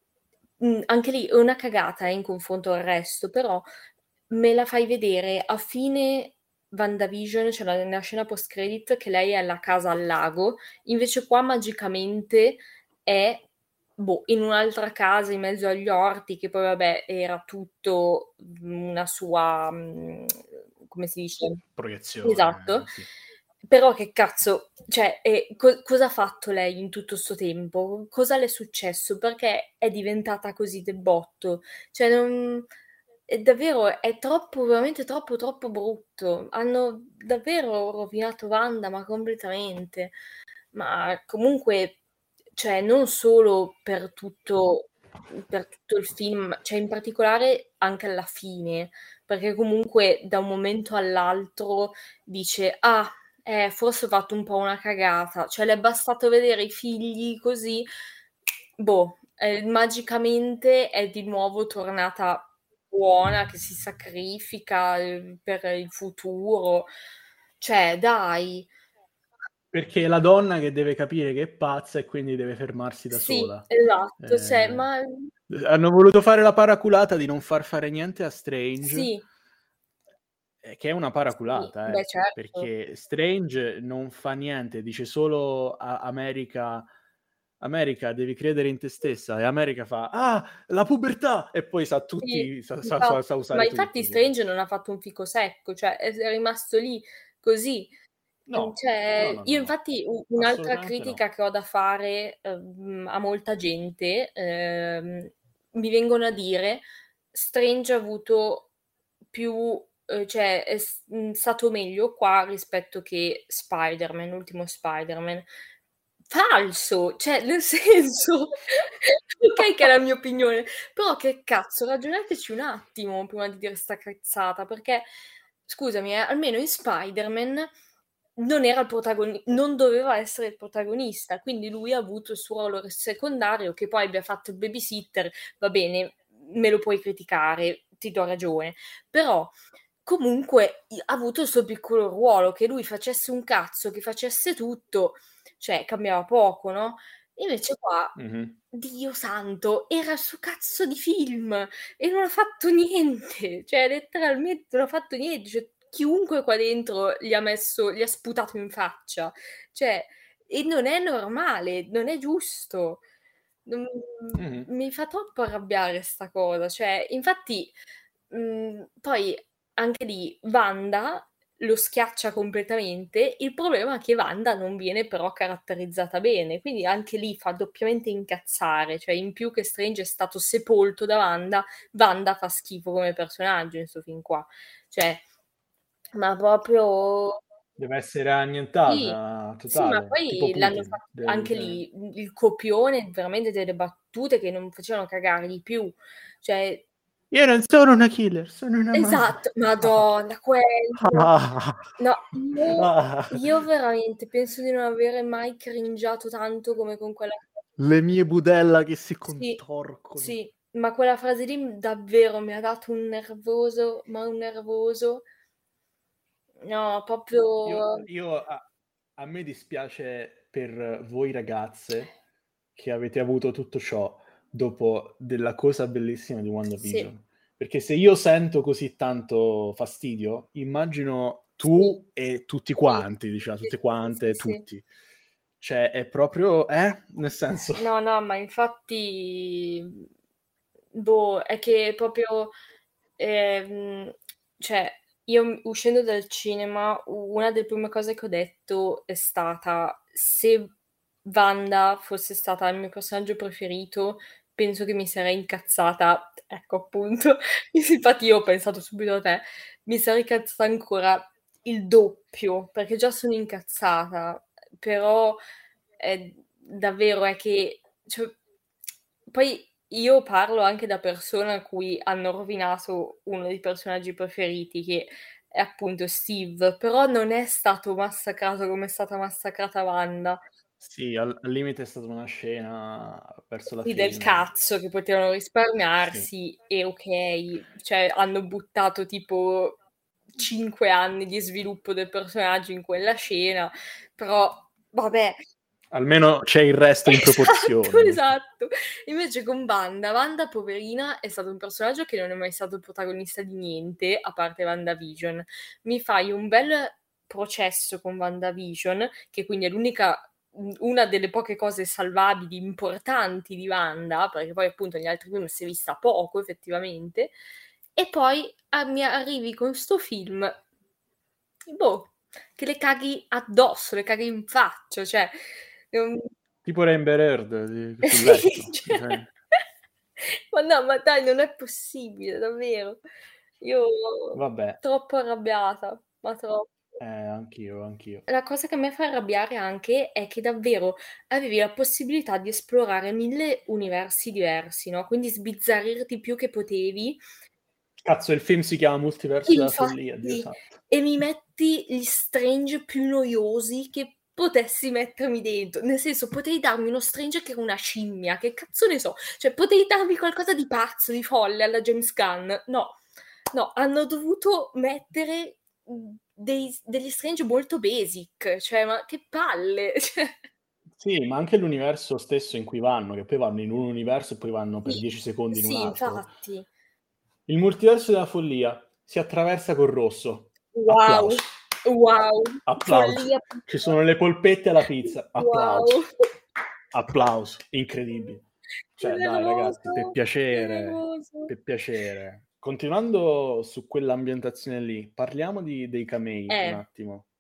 mh, anche lì è una cagata eh, in confronto al resto, però me la fai vedere a fine WandaVision, c'è la, la scena post credit che lei è alla casa al lago, invece qua magicamente è boh, in un'altra casa in mezzo agli orti, che poi vabbè era tutto una sua, mh, come si dice? Proiezione. Esatto. Sì. Però che cazzo, cioè, eh, co- cosa ha fatto lei in tutto sto tempo? Cosa le è successo? Perché è diventata così del botto? Cioè, non... è davvero, è troppo, veramente troppo, troppo brutto. Hanno davvero rovinato Wanda, ma completamente. Ma comunque, cioè, non solo per tutto, per tutto il film, cioè in particolare anche alla fine, perché comunque da un momento all'altro dice, ah, eh, forse ho fatto un po' una cagata, cioè le è bastato vedere i figli così, boh, eh, magicamente è di nuovo tornata buona, che si sacrifica eh, per il futuro, cioè dai. Perché è la donna che deve capire che è pazza e quindi deve fermarsi da Sì, sola. esatto, Eh, cioè, ma... Hanno voluto fare la paraculata di non far fare niente a Strange. Sì. Che è una paraculata, sì, eh, beh, certo. perché Strange non fa niente, dice solo a America, America devi credere in te stessa, e America fa, ah, la pubertà, e poi sa tutti, Sì, sa, sa, sa, sa usare ma tutto. infatti Strange non ha fatto un fico secco, cioè è rimasto lì così. No, Cioè, no, no, no, io no. infatti u un'altra Assolutamente no. critica che ho da fare, uhm, a molta gente, ehm, mi vengono a dire: "Strange ha avuto più uhm, cioè è s mhmm, stato meglio qua rispetto che Spider-Man, l'ultimo Spider-Man". Falso! Cioè, nel senso okay che è la mia opinione, però che cazzo, ragionateci un attimo prima di dire 'sta cazzata, perché scusami, eh, almeno in Spider-Man non era il protagoni non doveva essere il protagonista, quindi lui ha avuto il suo ruolo secondario, che poi abbia fatto il babysitter, va bene, me lo puoi criticare, ti do ragione. Però comunque i ha avuto il suo piccolo ruolo, che lui facesse un cazzo, che facesse tutto, cioè cambiava poco, no, invece qua, Mh-mh. Dio santo, era il suo cazzo di film e non ha fatto niente, cioè letteralmente non ha fatto niente, cioè chiunque qua dentro gli ha messo gli ha sputato in faccia, cioè e non è normale, non è giusto. Non Mh-mh. mi fa troppo arrabbiare 'sta cosa, cioè infatti, mhmm, poi anche lì Wanda lo schiaccia completamente, il problema è che Wanda non viene però caratterizzata bene, quindi anche lì fa doppiamente incazzare, cioè in più che Strange è stato sepolto da Wanda, Wanda fa schifo come personaggio in 'sto film qua. Cioè, ma proprio Deve essere sì, annientata sì, ma totale, tipo poi l'hanno Putin, fa deve anche cioè lì, mhmm, il copione veramente delle battute che non facevano cagare di più. Cioè "Io non sono una killer, sono una esatto, madre." madonna quello. No, io io veramente penso di non avere mai cringiato tanto come con quella Le mie budella che si sì, contorcono. sì, ma quella frase lì, mhmm, davvero mi ha dato un nervoso, ma un nervoso. No, Io proprio io a a me dispiace per voi ragazze che avete avuto tutto ciò dopo della cosa bellissima di sì, WandaVision, perché se io sento così tanto fastidio, immagino sì, tu e tutti sì, quanti, diciamo, sì, tutte sì, sì, quante, sì. tutti. Cioè è proprio eh, nel senso No, no, ma infatti, mhmm, boh, è che proprio, ehm, cioè io, mhmm, uscendo dal cinema, u una delle prime cose che ho detto è stata: "Se Wanda fosse stata il mio personaggio preferito, penso che mi sarei incazzata", ecco appunto, infatti io ho pensato subito a te, mi sarei incazzata ancora il doppio, perché già sono incazzata, però è davvero è che cioè poi io parlo anche da persona a cui hanno rovinato uno dei personaggi preferiti, che è appunto Steve, però non è stato massacrato come è stata massacrata Wanda. sì, al al limite è stata una scena verso la Sì, del fine. cazzo che potevano Sì. risparmiarsi e okay, cioè hanno buttato tipo cinque anni di sviluppo del personaggio in quella scena, però vabbè. Almeno c'è il resto in Esatto, proporzione, dicia esatto. Invece con Wanda, Wanda poverina è stato un personaggio che non è mai stato il protagonista di niente, a parte WandaVision. Mi fai un bel processo con WandaVision, che quindi è l'unica mhmm, una delle poche cose salvabili, importanti di Wanda, perché poi appunto negli altri film si è vista poco effettivamente, e poi a mi arrivi con 'sto film, boh, che le caghi addosso, le caghi in faccia, cioè non tipo Amber Heard di sul sì, letto, cioè dice ma no, ma dai, non è possibile, davvero. Io vabbè, troppo arrabbiata, ma troppo. eh, anch'io, anch'io. La cosa che a me fa arrabbiare anche è che davvero avevi la possibilità di esplorare mille universi diversi, no, quindi sbizzarrirti più che potevi. Cazzo, il film si chiama Multiverso della follia, Dio Infatti, santo. e mi metti gli Strange più noiosi che potessi mettermi dentro. Nel senso, potevi darmi uno Strange che era una scimmia, che cazzo ne so, cioè potevi darmi qualcosa di pazzo, di folle alla James Gunn. No, no, hanno dovuto mettere, mhmm, dei s degli Strange molto basic, cioè ma che palle, cioè Sì, ma anche l'universo stesso in cui vanno, che poi vanno in un universo e poi vanno per sì, dieci secondi in un sì, altro. infatti. Il multiverso della follia si attraversa col rosso. Wow, Applauso. wow, Applauso. follia Ci sono le polpette alla pizza. Applauso. wow. Applauso. Incredibile. Che Cioè, dai ragazzi, per nervoso, che piacere, nervoso. per piacere. Continuando su quell'ambientazione lì, parliamo di dei camei un Eh, attimo.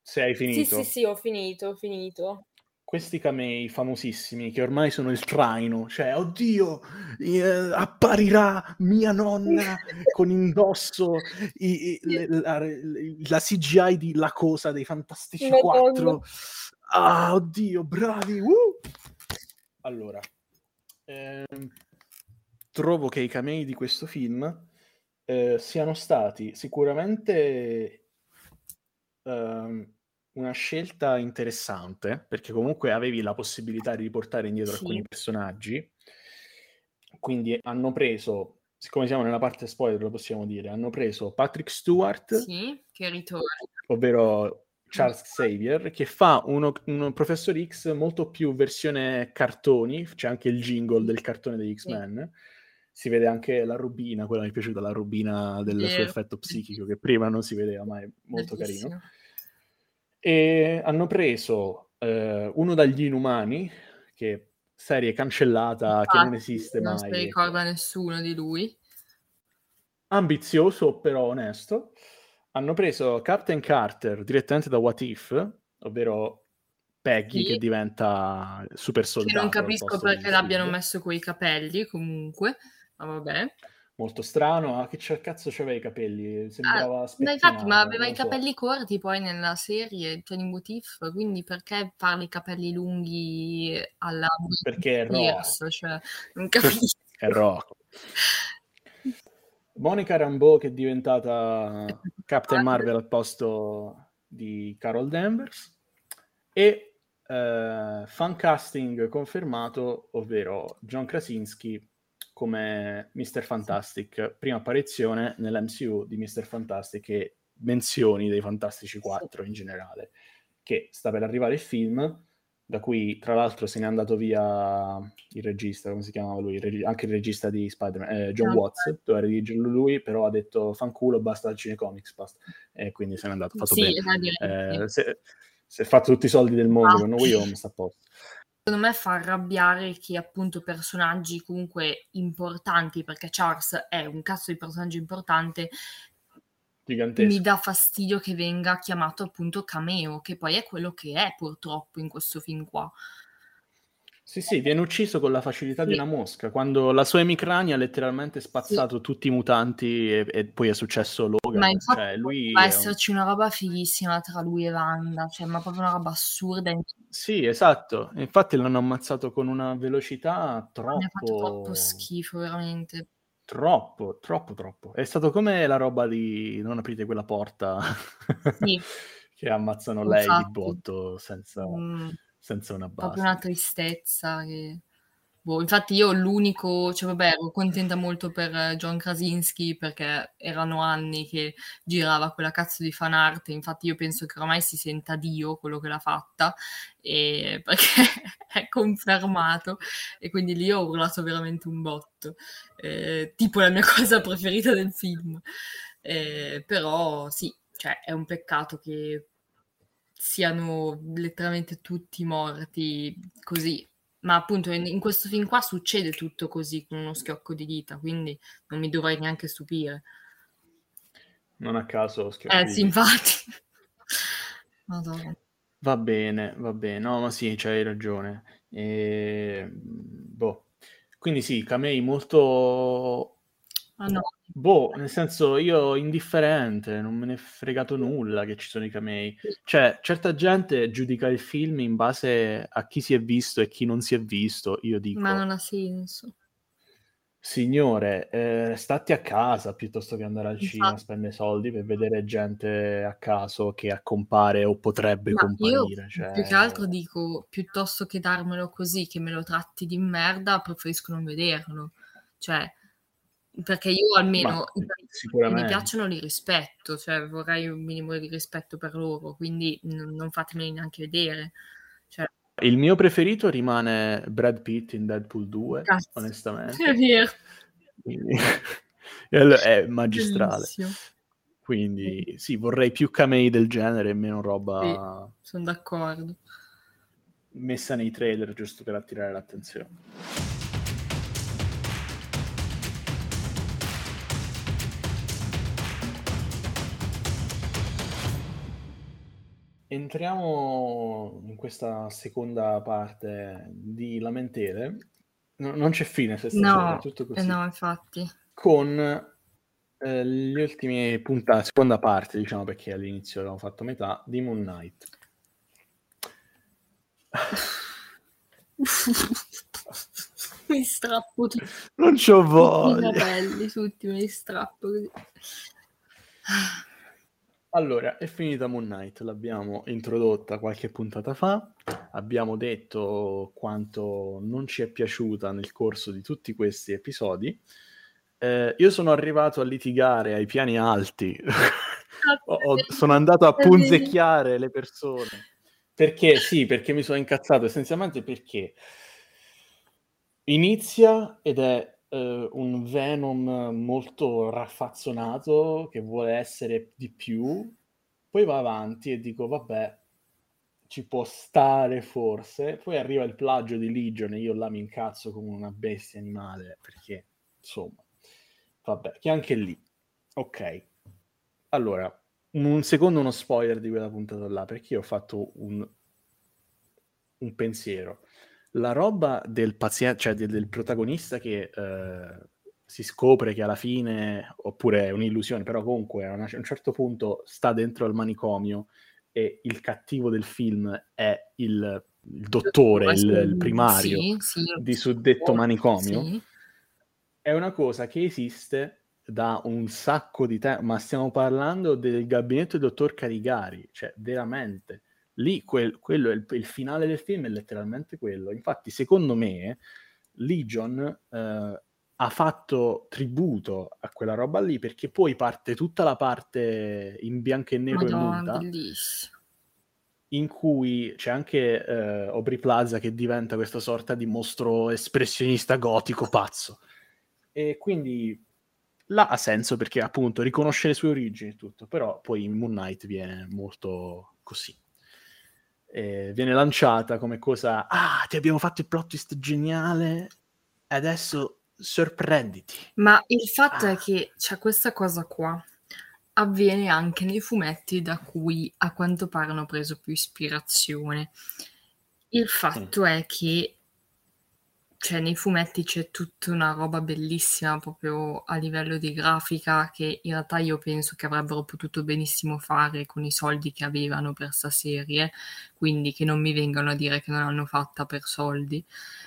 Se hai Sì, finito. sì, sì, ho finito, ho finito. Questi camei famosissimi che ormai sono il traino, cioè, oddio, eh, apparirà mia nonna con indosso i- i- le- la, la C G I di La Cosa dei Fantastici Madonna. quattro. Ah, oddio, bravi! Uh! Allora, ehm, trovo che i camei di questo film eh, siano stati sicuramente ehm, una scelta interessante, perché comunque avevi la possibilità di riportare indietro Sì. alcuni personaggi, quindi hanno preso, siccome siamo nella parte spoiler lo possiamo dire, hanno preso Patrick Stewart, Sì, che ritorna. ovvero Charles Xavier, che fa uno, un Professor X molto più versione cartoni, c'è anche il jingle del cartone degli X-Men, si vede anche la rubina, quella mi è piaciuta, la rubina del Vero. suo effetto psichico, che prima non si vedeva, ma è molto Bellissimo. carino. E hanno preso eh, uno dagli Inumani, che serie cancellata, che non esiste non mai. si ricorda nessuno di lui. Ambizioso, però onesto. Hanno preso Captain Carter direttamente da What If, ovvero Peggy Sì. che diventa super soldato. Che non al capisco posto perché di l'abbiano Steve. messo coi capelli, comunque. Ma vabbè. Molto strano, ah, che c'è, cazzo c'aveva i capelli? Sembrava Ah, spettinato. ma infatti, ma aveva non i lo so. capelli corti poi nella serie, cioè in What If, quindi perché farli i capelli lunghi alla Perché è Pierce? rock. Cioè, non capisco. È rock. Monica Rambeau che è diventata Captain Marvel al posto di Carol Danvers e eh, fan casting confermato, ovvero John Krasinski come mister Fantastic, prima apparizione nell'M C U di mister Fantastic e menzioni dei Fantastici quattro in generale, che sta per arrivare il film, da cui tra l'altro se n'è andato via il regista, come si chiamava lui, il reg- anche il regista di Spider-Man, eh, John Ah, Watts, doveva dirigerlo lui, però ha detto fanculo, basta il cinecomics, basta. E quindi se n'è andato, fatto sì, bene. direi. Eh, se, se ha fatto tutti i soldi del mondo con No Way Infatti. Home, sta a posto. Secondo me fa arrabbiare che appunto personaggi comunque importanti, perché Charles è un cazzo di personaggio importante, Gigantesco. mi dà fastidio che venga chiamato appunto cameo, che poi è quello che è purtroppo in questo film qua. Sì, sì, viene ucciso con la facilità Sì. di una mosca, quando la sua emicrania ha letteralmente spazzato Sì. tutti i mutanti e, e poi è successo Logan. Ma infatti Cioè, lui poteva è un- esserci una roba fighissima tra lui e Wanda, cioè ma proprio una roba assurda. Sì, esatto. Infatti l'hanno ammazzato con una velocità Mi ha fatto troppo troppo... schifo, veramente. Troppo, troppo, troppo. È stato come la roba di non aprite quella porta Sì. che ammazzano lei di Infatti. botto senza, Mm, senza una proprio base. una tristezza che... Boh, infatti io l'unico, cioè vabbè, ero contenta molto per eh, John Krasinski perché erano anni che girava quella cazzo di fan art, infatti io penso che ormai si senta Dio quello che l'ha fatta, e perché è confermato, e quindi lì ho urlato veramente un botto, eh, tipo la mia cosa preferita del film. Eh, però sì, cioè è un peccato che siano letteralmente tutti morti così. Ma appunto in, in questo film qua succede tutto così, con uno schiocco di dita, quindi non mi dovrei neanche stupire. Non a caso schiocco Eh di sì, dita. infatti. Madonna. Va bene, va bene. No, ma sì, c'hai ragione. E... Boh. Quindi sì, Kamei molto... Ah no. Boh, nel senso, io indifferente, non me ne è fregato nulla che ci sono i camei. Cioè, certa gente giudica il film in base a chi si è visto e chi non si è visto. Io dico, Ma non ha senso. signore, eh, statti a casa piuttosto che andare al cinema a Infatti. spendere soldi per vedere gente a caso che accompare o potrebbe Ma io comparire. Cioè... più che altro dico, piuttosto che darmelo così, che me lo tratti di merda, preferisco non vederlo. Cioè, perché io almeno Ma, i che sicuramente. mi piacciono li rispetto, cioè vorrei un minimo di rispetto per loro, quindi n- non fatemeli neanche vedere. Cioè, Il mio preferito rimane Brad Pitt in Deadpool due, cazzo, onestamente. è vero. Quindi, è magistrale. Bellissimo. Quindi sì, vorrei più camei del genere e meno roba Sì, sono d'accordo. messa nei trailer giusto per attirare l'attenzione. entriamo in questa seconda parte di lamentele. No, non c'è fine questa No, sera, è tutto eh così. no, infatti. Con eh, gli ultimi puntate, seconda parte, diciamo, perché all'inizio abbiamo fatto metà, di Moon Knight. Mi strappo tutti, Non c'ho tutti i voglia. capelli, tutti me li strappo così. Allora, è finita Moon Knight, l'abbiamo introdotta qualche puntata fa, abbiamo detto quanto non ci è piaciuta nel corso di tutti questi episodi. Eh, io sono arrivato a litigare ai piani alti, ho- ho- sono andato a punzecchiare le persone. Perché? Sì, perché mi sono incazzato, essenzialmente perché inizia ed è eh, un Venom molto raffazzonato che vuole essere di più, poi va avanti e dico vabbè, ci può stare forse, poi arriva il plagio di Legion e io là mi incazzo come una bestia animale, perché insomma, vabbè, che anche lì, ok. Allora, un secondo uno spoiler di quella puntata là, perché io ho fatto un, un pensiero. La roba del paziente, cioè del, del protagonista che eh, si scopre che alla fine, oppure è un'illusione, però comunque a, una, a un certo punto sta dentro al manicomio e il cattivo del film è il, il dottore, il, il primario Sì, sì, di suddetto manicomio, sì. è una cosa che esiste da un sacco di tempo, ma stiamo parlando del gabinetto del dottor Carigari, cioè veramente. Lì quel, quello è il, il finale del film, è letteralmente quello. Infatti, secondo me, Legion eh, ha fatto tributo a quella roba lì, perché poi parte tutta la parte in bianco e nero Madonna, e muta, bellissimo. in cui c'è anche eh, Aubrey Plaza che diventa questa sorta di mostro espressionista gotico pazzo. E quindi là ha senso perché appunto riconosce le sue origini e tutto, però poi in Moon Knight viene molto così. Eh, viene lanciata come cosa, ah, ti abbiamo fatto il plot twist geniale, e adesso sorprenditi. Ma il fatto Ah. è che c'è questa cosa qua, avviene anche nei fumetti da cui a quanto pare hanno preso più ispirazione. Il fatto mm. è che cioè nei fumetti c'è tutta una roba bellissima proprio a livello di grafica che in realtà io penso che avrebbero potuto benissimo fare con i soldi che avevano per sta serie, quindi che non mi vengano a dire che non l'hanno fatta per soldi.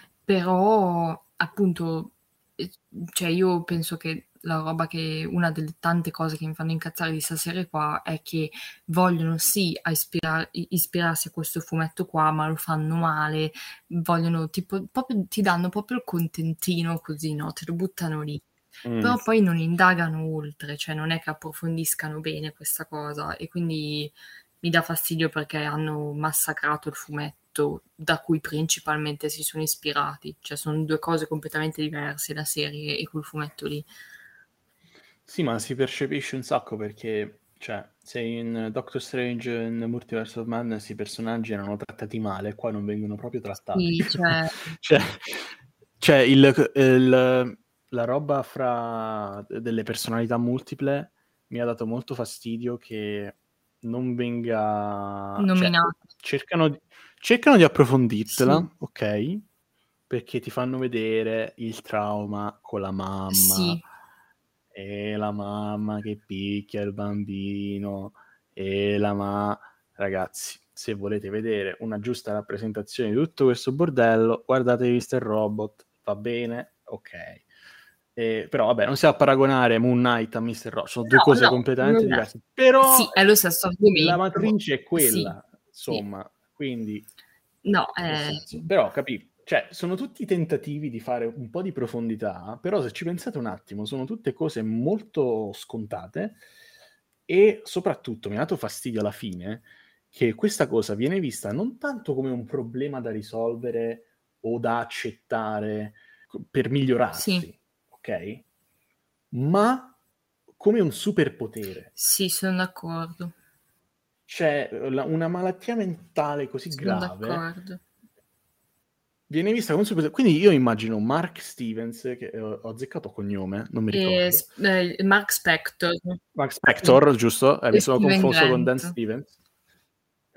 Però appunto cioè io penso che la roba che una delle tante cose che mi fanno incazzare di sta serie qua è che vogliono sì a ispirar- ispirarsi a questo fumetto qua, ma lo fanno male, vogliono tipo proprio ti danno proprio il contentino così, no? Te lo buttano lì. Mm. Però poi non indagano oltre, cioè non è che approfondiscano bene questa cosa e quindi mi dà fastidio perché hanno massacrato il fumetto da cui principalmente si sono ispirati, cioè sono due cose completamente diverse, la serie e quel fumetto lì. Sì, ma si percepisce un sacco perché, cioè, se in Doctor Strange in Multiverse of Madness i personaggi erano trattati male, qua non vengono proprio trattati. Sì, cioè... cioè, cioè il, il, la roba fra delle personalità multiple mi ha dato molto fastidio che non venga... nominato. Cioè, cercano, cercano di approfondirtela, sì. ok? Perché ti fanno vedere il trauma con la mamma. Sì. E la mamma che picchia il bambino, e la mamma... Ragazzi, se volete vedere una giusta rappresentazione di tutto questo bordello, guardatevi mister Robot, va bene, ok. Eh, però vabbè, non si va a paragonare Moon Knight a mister Robot, sono no, due cose no, completamente diverse. Però sì, è lo stesso argomento. La matrice è quella, sì, insomma, sì. Quindi... No, eh... Però, capì? Cioè, sono tutti tentativi di fare un po' di profondità, però se ci pensate un attimo, sono tutte cose molto scontate e soprattutto mi ha dato fastidio alla fine che questa cosa viene vista non tanto come un problema da risolvere o da accettare per migliorarsi, sì. Ok? Ma come un superpotere. Sì, sono d'accordo. C'è una malattia mentale così sono grave... d'accordo. Viene vista come super... Quindi io immagino Mark Stevens, che ho azzeccato cognome, non mi ricordo. E, eh, Mark Spector. Mark Spector, sì. Giusto? Eh, mi sono Steven confuso Grant. con Dan Stevens.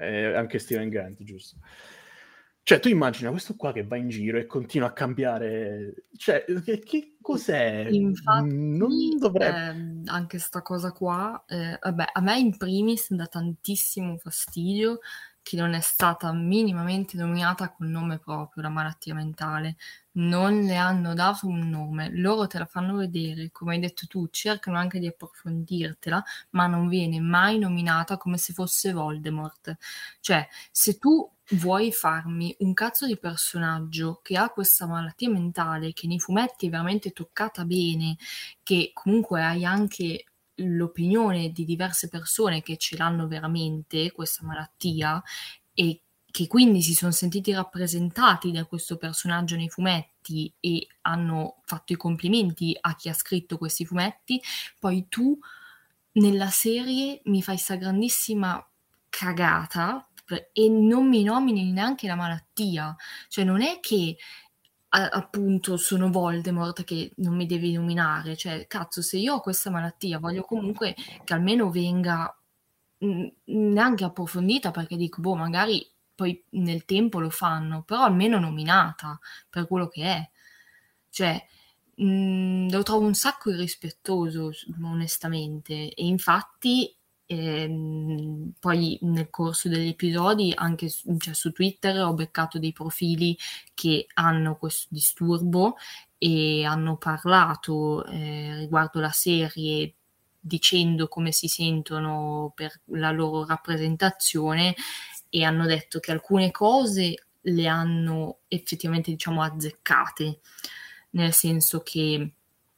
eh, anche Steven Grant, giusto? Cioè, tu immagina questo qua che va in giro e continua a cambiare... Cioè, che, che cos'è? Infatti, Non dovrebbe... ehm, anche sta cosa qua, eh, vabbè, a me in primis dà tantissimo fastidio che non è stata minimamente nominata col nome proprio, la malattia mentale. Non le hanno dato un nome, loro te la fanno vedere, come hai detto tu, cercano anche di approfondirtela, ma non viene mai nominata come se fosse Voldemort. Cioè, se tu vuoi farmi un cazzo di personaggio che ha questa malattia mentale, che nei fumetti è veramente toccata bene, che comunque hai anche l'opinione di diverse persone che ce l'hanno veramente questa malattia e che quindi si sono sentiti rappresentati da questo personaggio nei fumetti e hanno fatto i complimenti a chi ha scritto questi fumetti, poi tu nella serie mi fai sta grandissima cagata e non mi nomini neanche la malattia. Cioè non è che a- appunto sono Voldemort che non mi devi nominare, cioè cazzo, se io ho questa malattia voglio comunque che almeno venga mh, neanche approfondita, perché dico, boh, magari poi nel tempo lo fanno, però almeno nominata per quello che è. Cioè, mh, lo trovo un sacco irrispettoso, onestamente, e infatti ehm, poi nel corso degli episodi, anche su, cioè, su Twitter ho beccato dei profili che hanno questo disturbo e hanno parlato eh, riguardo la serie dicendo come si sentono per la loro rappresentazione e hanno detto che alcune cose le hanno effettivamente, diciamo, azzeccate, nel senso che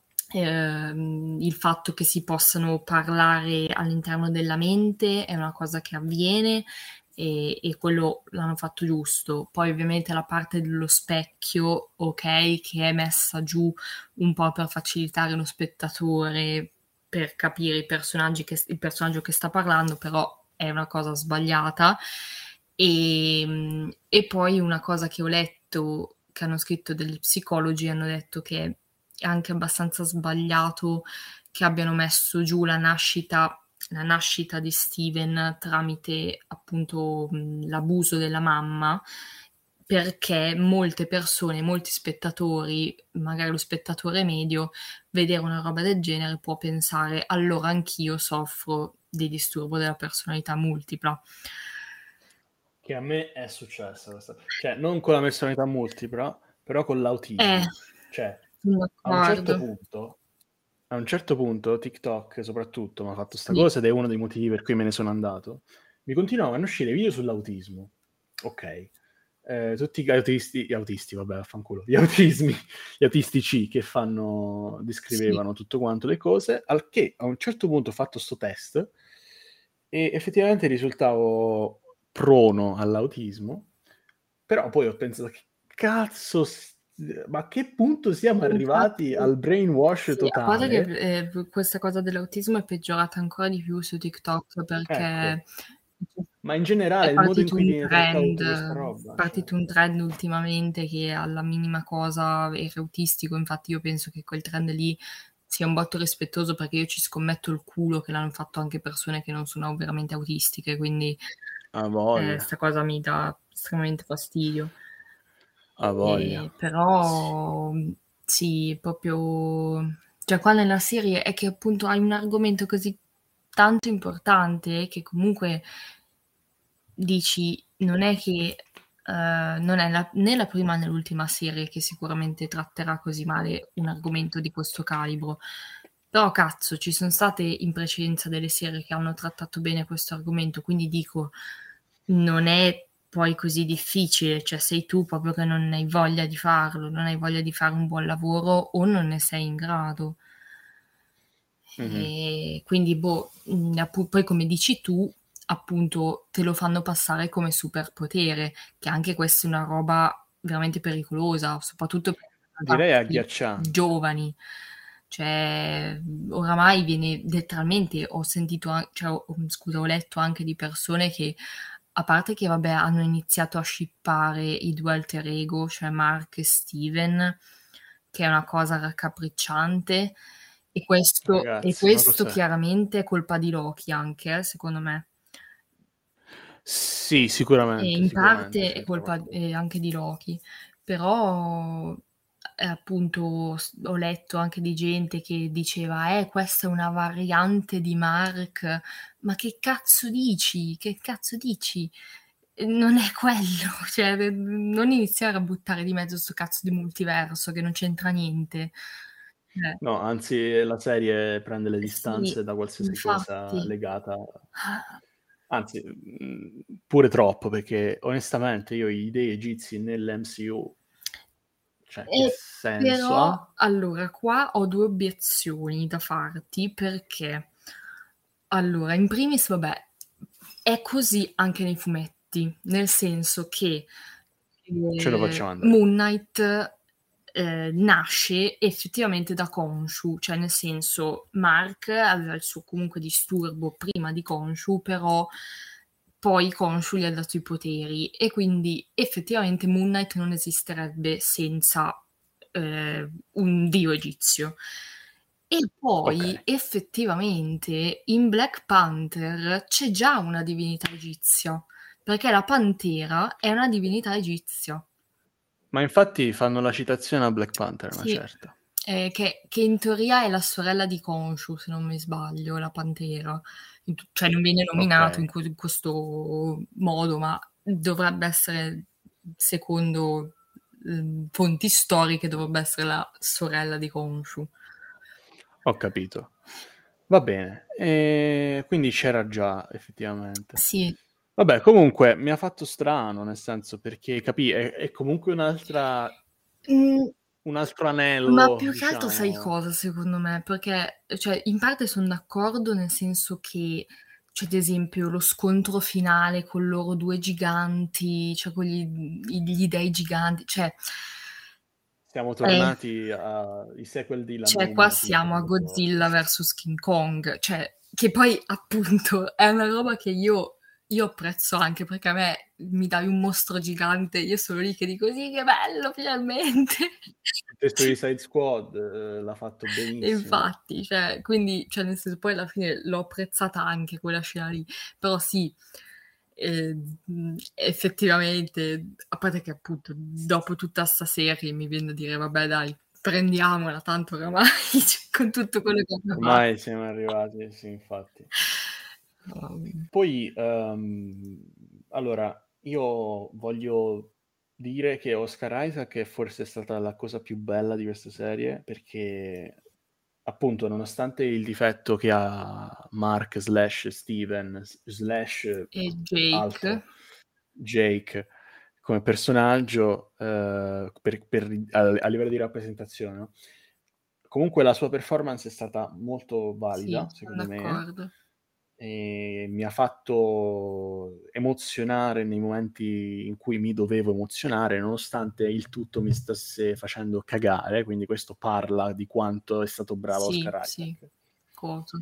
ehm, il fatto che si possano parlare all'interno della mente è una cosa che avviene e, e quello l'hanno fatto giusto. Poi ovviamente la parte dello specchio, ok, che è messa giù un po' per facilitare lo spettatore per capire i personaggi che, il personaggio che sta parlando, però è una cosa sbagliata. E, e poi una cosa che ho letto, che hanno scritto degli psicologi, hanno detto che è anche abbastanza sbagliato che abbiano messo giù la nascita, la nascita di Steven tramite appunto mh, l'abuso della mamma, perché molte persone, molti spettatori, magari lo spettatore medio, vedere una roba del genere può pensare allora anch'io soffro di disturbo della personalità multipla. Che a me è successa questa, cioè non con la personalità multipla, però con l'autismo. Eh, cioè, sono a un certo d'accordo. punto, a un certo punto TikTok soprattutto mi ha fatto sta Sì. cosa ed è uno dei motivi per cui me ne sono andato. Mi continuavano a uscire video sull'autismo. Ok. Eh, tutti gli autisti, gli autisti, vabbè, affanculo, gli autismi, gli autistici che fanno, descrivevano tutto quanto le cose, al che a un certo punto ho fatto sto test e effettivamente risultavo prono all'autismo, però poi ho pensato che cazzo, s- ma a che punto siamo arrivati Infatti, al brainwash sì, a parte che totale? eh, questa cosa dell'autismo è peggiorata ancora di più su TikTok perché Ecco, ma in è generale il modo in partito cui un viene trattata trend, tutta questa è roba, cioè. partito un trend ultimamente che alla minima cosa era autistico, infatti io penso che quel trend lì sia un botto rispettoso perché io ci scommetto il culo che l'hanno fatto anche persone che non sono veramente autistiche, quindi A eh, voglia, sta cosa mi dà estremamente fastidio. a voglia. E però sì, proprio cioè qua nella serie è che appunto hai un argomento così tanto importante che comunque dici non è che eh, non è la- né la prima né l'ultima serie che sicuramente tratterà così male un argomento di questo calibro. Però cazzo, ci sono state in precedenza delle serie che hanno trattato bene questo argomento, quindi dico non è poi così difficile, cioè sei tu proprio che non hai voglia di farlo, non hai voglia di fare un buon lavoro o non ne sei in grado. Mhm. E quindi, boh, mh, appu- poi come dici tu, appunto, te lo fanno passare come superpotere, che anche questa è una roba veramente pericolosa, soprattutto per Direi ragazzi agghiacciante. giovani. Cioè, oramai viene letteralmente, ho sentito, an- cioè, ho- scusa, ho letto anche di persone che, a parte che, vabbè, hanno iniziato a shippare i due alter ego, cioè Mark e Steven, che è una cosa raccapricciante, e questo, e Ragazzi, ma questo cos'è? chiaramente è colpa di Loki anche, eh, secondo me. Sì, sicuramente. E in sicuramente parte è colpa eh, anche di Loki, però eh, appunto ho letto anche di gente che diceva eh questa è una variante di Mark, ma che cazzo dici? Che cazzo dici? Non è quello, cioè non iniziare a buttare di mezzo sto cazzo di multiverso che non c'entra niente. Eh. No, anzi la serie prende le distanze Sì, da qualsiasi infatti. cosa legata, anzi pure troppo, perché onestamente io i dei egizi nell'M C U, cioè che Eh, senso però, ha? allora, qua ho due obiezioni da farti, perché allora, in primis, vabbè, è così anche nei fumetti, nel senso che Ce lo eh, facciamo andare. Moon Knight eh, nasce effettivamente da Khonshu, cioè nel senso Mark aveva il suo comunque disturbo prima di Khonshu, però poi Khonshu gli ha dato i poteri e quindi effettivamente Moon Knight non esisterebbe senza eh, un dio egizio. E poi Ok. effettivamente in Black Panther c'è già una divinità egizia, perché la pantera è una divinità egizia. Ma infatti fanno la citazione a Black Panther, una Sì, certa. eh, che, che in teoria è la sorella di Khonshu, se non mi sbaglio, la pantera. In tu- cioè non viene nominato Ok. in, que- in questo modo, ma dovrebbe essere, secondo eh, fonti storiche, dovrebbe essere la sorella di Khonshu. Ho capito. Va bene. E quindi c'era già, effettivamente. Sì. Vabbè, comunque mi ha fatto strano, nel senso, perché capì, è, è comunque un'altra Mm, un altro ma anello, più che altro sai diciamo. cosa, secondo me? Perché, cioè, in parte sono d'accordo, nel senso che, cioè, ad esempio, lo scontro finale con loro due giganti, cioè, con gli, gli dei giganti, cioè, Siamo eh, tornati ai sequel di La cioè, qua Mummia, tipo, siamo a dopo Godzilla questo. versus King Kong, cioè, che poi, appunto, è una roba che io, io apprezzo anche, perché a me mi dai un mostro gigante, io sono lì che dico, sì, che bello, finalmente! Il testo di Side Squad eh, l'ha fatto benissimo. Infatti, cioè, quindi, cioè, nel senso, poi alla fine l'ho apprezzata anche quella scena lì, però sì, eh, mh, effettivamente, a parte che appunto dopo tutta sta serie mi viene da dire, vabbè dai, prendiamola, tanto oramai, cioè, con tutto quello che abbiamo fatto. Ormai siamo arrivati, sì, infatti. Um, Poi, ehm, allora, io voglio dire che Oscar Isaac è forse stata la cosa più bella di questa serie, perché appunto, nonostante il difetto che ha Mark slash Steven slash e Jake, altro Jake come personaggio eh, per, per- a, a livello di rappresentazione, no? Comunque la sua performance è stata molto valida, sì, sono secondo me, d'accordo. e mi ha fatto emozionare nei momenti in cui mi dovevo emozionare, nonostante il tutto mi stesse facendo cagare, quindi questo parla di quanto è stato bravo Sì, Oscar sì, Isaac. cosa.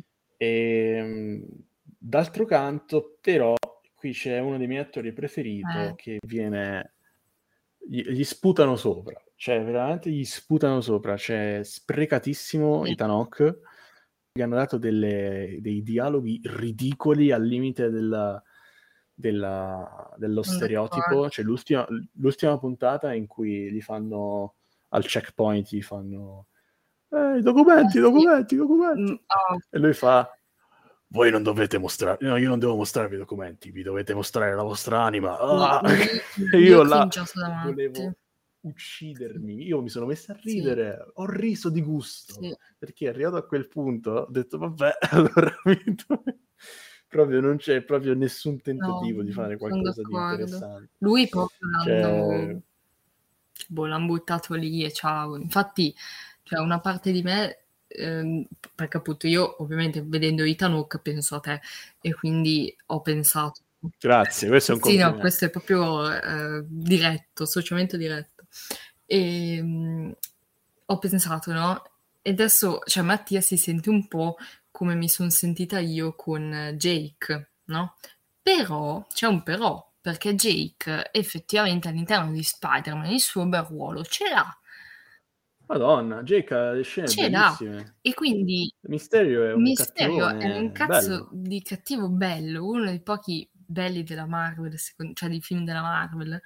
E, d'altro canto, però, qui c'è uno dei miei attori preferiti Eh. che viene... Gli, gli sputano sopra, cioè veramente gli sputano sopra, c'è sprecatissimo Sì. Ethan Hawke, gli hanno dato delle, dei dialoghi ridicoli al limite della, della, dello Sono stereotipo, d'accordo. cioè l'ultima, l'ultima puntata in cui gli fanno al checkpoint, gli fanno eh, i documenti, i Eh, sì. documenti, i documenti, Mm, oh. e lui fa voi non dovete mostrare, no, io non devo mostrarvi i documenti, vi dovete mostrare la vostra anima. Ah! Io, E io io ho là cominciato da volevo matti. uccidermi, io mi sono messo a Sì. ridere, ho riso di gusto, Sì. perché arrivato a quel punto ho detto vabbè, allora mi do- proprio non c'è proprio nessun tentativo No, di fare sono qualcosa di d'accordo. interessante. Lui proprio Cioè, l'hanno, boh, l'hanno buttato lì e ciao. Infatti, cioè, una parte di me, ehm, perché appunto io ovviamente vedendo Ethan Hawke penso a te e quindi ho pensato. grazie, questo è un Sì, no, complimento. questo è proprio eh, diretto, associamento diretto. E mh, ho pensato, no? E adesso, cioè, Mattia si sente un po' come mi sono sentita io con Jake, no? Però, c'è un però, perché Jake effettivamente all'interno di Spider-Man il suo bel ruolo ce l'ha, Madonna, Jake ha le scene ce l'ha. bellissime. E quindi Mysterio è un Mysterio è un cattivone cazzo bello. di cattivo bello, uno dei pochi belli della Marvel, secon- cioè di film della Marvel,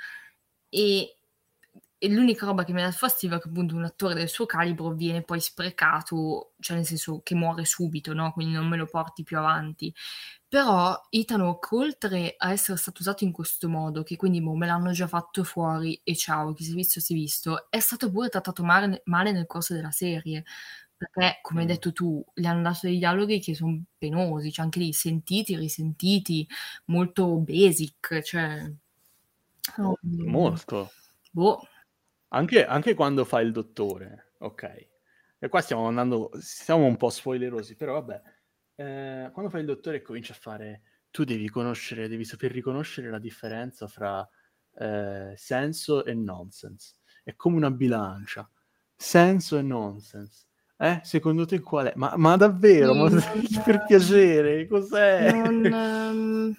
e, e l'unica roba che mi dà fastidio è che appunto un attore del suo calibro viene poi sprecato, cioè nel senso che muore subito, no? Quindi non me lo porti più avanti. Però Ethan Hawke, oltre a essere stato usato in questo modo, che quindi boh, me l'hanno già fatto fuori e ciao, chi si è visto si è visto, è stato pure trattato male, male nel corso della serie, perché come hai Mm. detto tu, gli hanno dato dei dialoghi che sono penosi, cioè anche lì sentiti, risentiti, molto basic, cioè... um, Molto. boh, Anche, anche quando fa il dottore, ok. E qua stiamo andando, siamo un po' spoilerosi, però vabbè. Eh, quando fa il dottore e comincia a fare, tu devi conoscere, devi saper riconoscere la differenza fra eh, senso e nonsense. È come una bilancia. Senso e nonsense. Eh, secondo te qual è? Ma, ma davvero? sì, Ma non, per piacere, cos'è? non, ehm,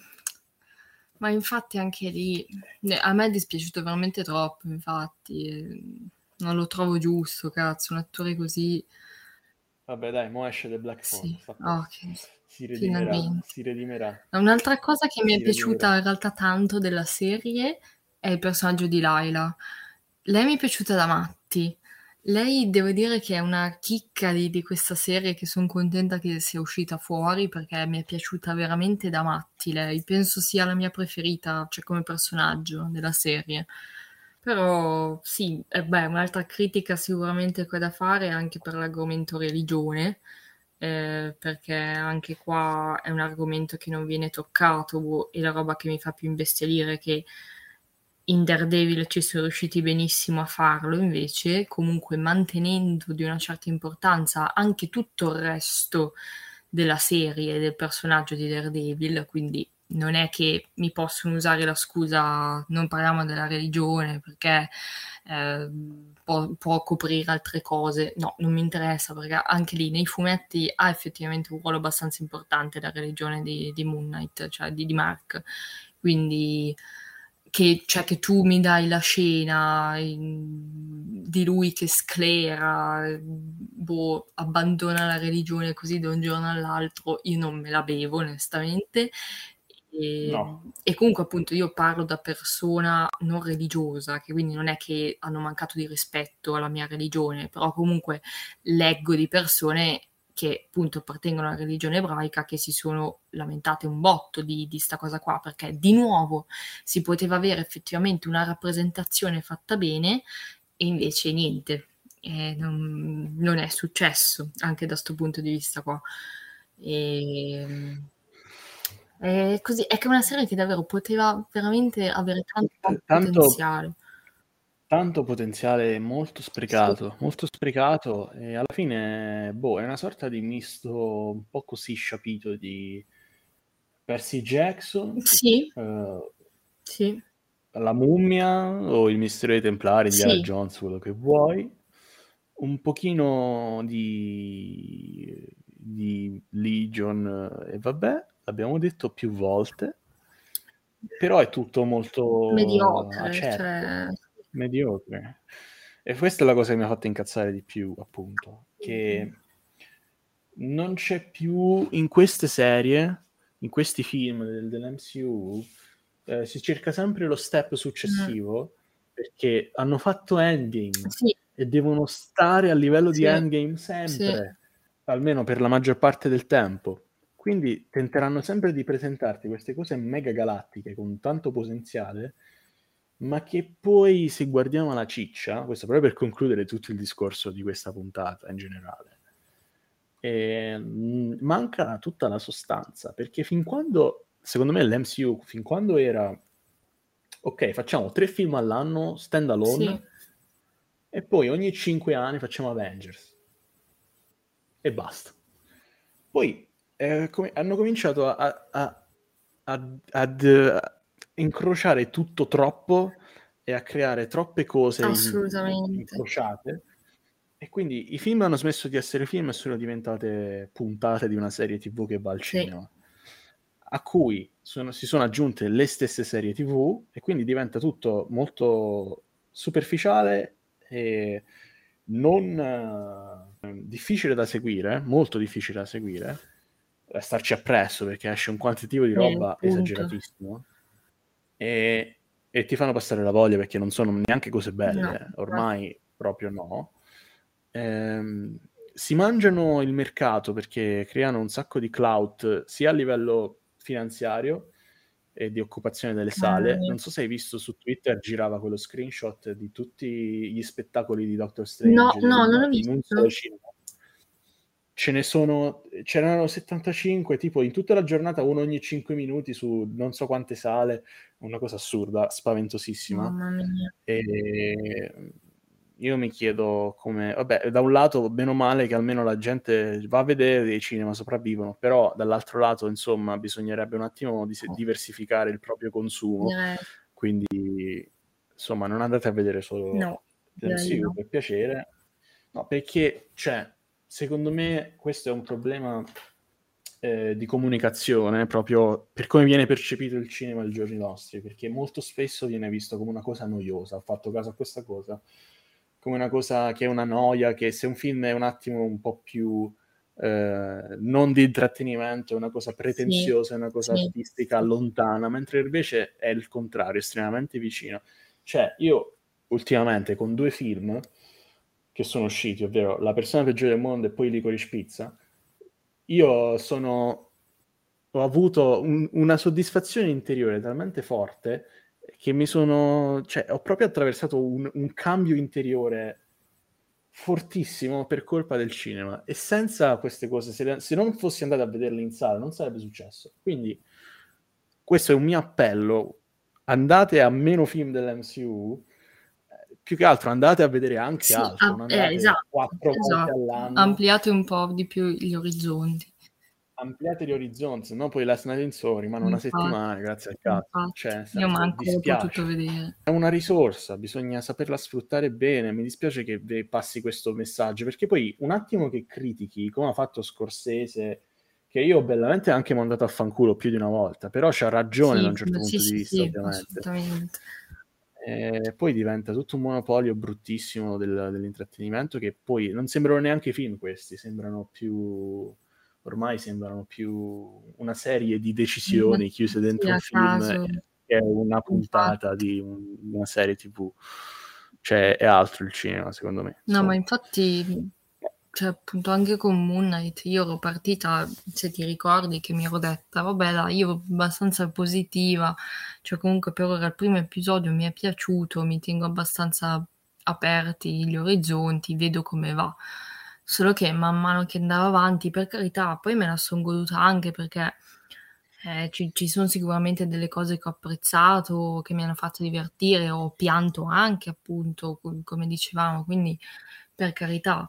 ma infatti anche lì, eh, a me è dispiaciuto veramente troppo, infatti, eh, non lo trovo giusto, cazzo, un attore così, Vabbè, dai, mo esce The Black Phone, sì, sta a ah, posto. ok, Si redimerà, finalmente. si redimerà, Un'altra cosa che mi è si piaciuta redimerà. in realtà tanto della serie è il personaggio di Layla. Lei mi è piaciuta da matti. Lei devo dire che è una chicca di, di questa serie, che sono contenta che sia uscita fuori perché mi è piaciuta veramente da matti lei. Penso sia la mia preferita, cioè come personaggio della serie. Però sì, eh, beh, un'altra critica sicuramente che ho da fare è anche per l'argomento religione, eh, perché anche qua è un argomento che non viene toccato, boh, e la roba che mi fa più imbestialire è che in Daredevil ci sono riusciti benissimo a farlo, invece, comunque mantenendo di una certa importanza anche tutto il resto della serie, del personaggio di Daredevil, quindi non è che mi possono usare la scusa non parliamo della religione perché eh, può, può coprire altre cose. No, non mi interessa perché anche lì nei fumetti ha effettivamente un ruolo abbastanza importante la religione di, di Moon Knight, cioè di, di Mark. Quindi che, cioè, che tu mi dai la scena in- di lui che sclera, boh, abbandona la religione così da un giorno all'altro, io non me la bevo onestamente. E, No, e comunque appunto io parlo da persona non religiosa, che quindi non è che hanno mancato di rispetto alla mia religione, però comunque leggo di persone che appunto appartengono alla religione ebraica che si sono lamentate un botto di, di sta cosa qua, perché di nuovo si poteva avere effettivamente una rappresentazione fatta bene e invece niente, eh, non, non è successo anche da questo punto di vista qua. E, è così, è che è una serie che davvero poteva veramente avere tanto, tanto tanto, potenziale. tanto potenziale molto Sì, sprecato, molto sprecato e alla fine, boh, è una sorta di misto un po' così sciapito di Percy Jackson, sì, eh, sì, La mummia o il mistero dei Templari di Indiana sì. Jones, quello che vuoi, un pochino di, di Legion e vabbè, l'abbiamo detto più volte, però è tutto molto Mediocre, acerbo, cioè... mediocre. E questa è la cosa che mi ha fatto incazzare di più, appunto, che non c'è più in queste serie, in questi film del, dell'M C U, eh, si cerca sempre lo step Mm, successivo perché hanno fatto Endgame sì, e devono stare a livello di sì, Endgame sì. sempre, almeno per la maggior parte del tempo. Quindi tenteranno sempre di presentarti queste cose mega galattiche con tanto potenziale, ma che poi, se guardiamo la ciccia, questo proprio per concludere tutto il discorso di questa puntata in generale, e, mh, manca tutta la sostanza, perché fin quando, secondo me l'M C U, fin quando era, ok, facciamo tre film all'anno, stand alone, Sì, e poi ogni cinque anni facciamo Avengers, e basta. Poi eh, come- hanno cominciato a, a- a- ad, ad, eh, incrociare tutto troppo e a creare troppe cose in- assolutamente. incrociate. E quindi i film hanno smesso di essere film e sono diventate puntate di una serie tivù che va al Sì, cinema, a cui sono- si sono aggiunte le stesse serie tivù e quindi diventa tutto molto superficiale e non eh, difficile da seguire, molto difficile da seguire, starci appresso perché esce un quantitativo di Eh, roba appunto. esageratissimo e, e ti fanno passare la voglia perché non sono neanche cose belle, No, eh. Ormai proprio no. Ehm, si mangiano il mercato perché creano un sacco di clout sia a livello finanziario e di occupazione delle sale. eh, Non so se hai visto su Twitter, girava quello screenshot di tutti gli spettacoli di Doctor Strange no, no, non nel- ho in un solo visto. cinema. Ce ne sono, c'erano settantacinque, tipo in tutta la giornata, uno ogni cinque minuti su non so quante sale, una cosa assurda, spaventosissima. Mamma mia. E io mi chiedo come, vabbè, da un lato, bene o male, che almeno la gente va a vedere i cinema, sopravvivono, però dall'altro lato, insomma, bisognerebbe un attimo dis- diversificare il proprio consumo, Direi. quindi, insomma, non andate a vedere solo No, direi l'M C U no. per piacere, no, perché, cioè, secondo me questo è un problema eh, di comunicazione proprio per come viene percepito il cinema ai giorni nostri, perché molto spesso viene visto come una cosa noiosa. Ho fatto caso a questa cosa, come una cosa che è una noia, che se un film è un attimo un po' più eh, non di intrattenimento, è una cosa pretenziosa, è una cosa sì. artistica lontana, mentre invece è il contrario, estremamente vicino. Cioè, io ultimamente con due film che sono usciti, ovvero La persona peggiore del mondo e poi Licorice Pizza, io sono ho avuto un- una soddisfazione interiore talmente forte che mi sono, cioè, ho proprio attraversato un, un cambio interiore fortissimo per colpa del cinema, e senza queste cose, se, se non fossi andato a vederle in sala non sarebbe successo. Quindi questo è un mio appello: andate a meno film dell'M C U, eh, più che altro andate a vedere anche Sì, altro, ah, non eh, andate esatto, quattro volte esatto. all'anno. Ampliate un po' di più gli orizzonti. Ampliate gli orizzonti, no? Poi Last Night in Soho rimane una Infatti, settimana, grazie al cazzo. infatti. Cioè, nel Io senso, manco l'ho dispiace. potuto vedere. È una risorsa, bisogna saperla sfruttare bene. Mi dispiace che ve- passi questo messaggio, perché poi un attimo che critichi, come ha fatto Scorsese, che io ho bellamente anche mandato a fanculo più di una volta, però c'ha ragione Sì, da un certo sì, punto sì, di vista, sì, ovviamente. assolutamente. E poi diventa tutto un monopolio bruttissimo del- dell'intrattenimento, che poi non sembrano neanche film questi, sembrano più... ormai sembrano più una serie di decisioni chiuse dentro Sì, un a film caso. che è una puntata Infatti. di un- una serie tivù. Cioè, è altro il cinema, secondo me. No, ma Insomma. infatti, cioè, appunto, anche con Moon Knight, io ero partita, se ti ricordi, che mi ero detta, vabbè, dai, io ero abbastanza positiva, cioè comunque per ora il primo episodio mi è piaciuto, mi tengo abbastanza aperti gli orizzonti, vedo come va. Solo che man mano che andava avanti, per carità, poi me la sono goduta anche perché eh, ci, ci sono sicuramente delle cose che ho apprezzato, che mi hanno fatto divertire, ho pianto anche, appunto, com- come dicevamo, quindi per carità.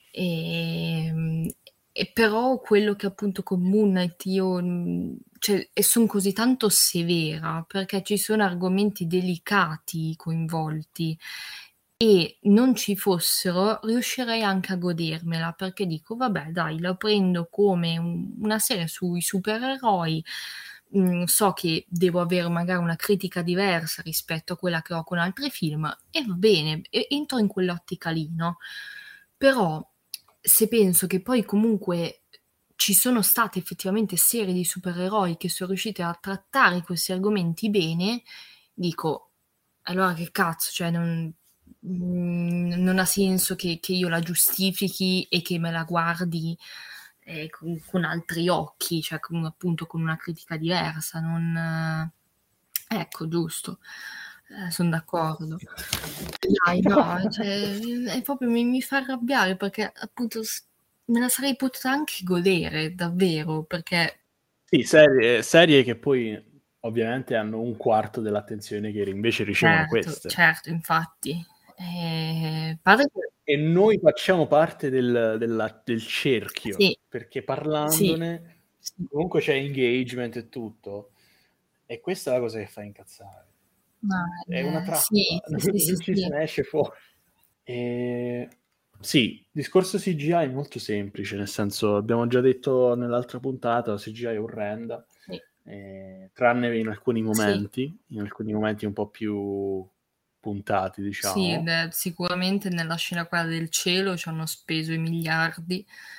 E, e però quello che appunto con Moon Knight io, mh, cioè, e sono così tanto severa perché ci sono argomenti delicati coinvolti e non ci fossero, riuscirei anche a godermela perché dico, vabbè, dai, la prendo come un- una serie sui supereroi. Mm, so che devo avere magari una critica diversa rispetto a quella che ho con altri film e va bene, e- entro in quell'ottica lì, no? Però se penso che poi comunque ci sono state effettivamente serie di supereroi che sono riuscite a trattare questi argomenti bene, dico, allora che cazzo, cioè non, mm, non ha senso che, che io la giustifichi e che me la guardi eh, con, con altri occhi, cioè con, appunto con una critica diversa, non... eh, ecco, giusto. Eh, sono d'accordo. Dai, no, cioè, è proprio mi, mi fa arrabbiare perché appunto s- me la sarei potuta anche godere, davvero, perché Sì, serie, serie che poi ovviamente hanno un quarto dell'attenzione che invece ricevono certo, queste. certo, infatti. Eh, pare che... E noi facciamo parte del, della- del cerchio, Sì, perché sì, parlandone sì. comunque c'è engagement e tutto, e questa è la cosa che fa incazzare. Ma, È una eh, sì, trappola, sì, sì, sì, non ci se sì. ne esce fuori. E... Sì, discorso C G I è molto semplice, nel senso, abbiamo già detto nell'altra puntata, la C G I è orrenda, Sì. eh, tranne in alcuni Sì. momenti, in alcuni momenti un po' più puntati, diciamo. Sì, ed è- sicuramente nella scena quella del cielo ci hanno speso i miliardi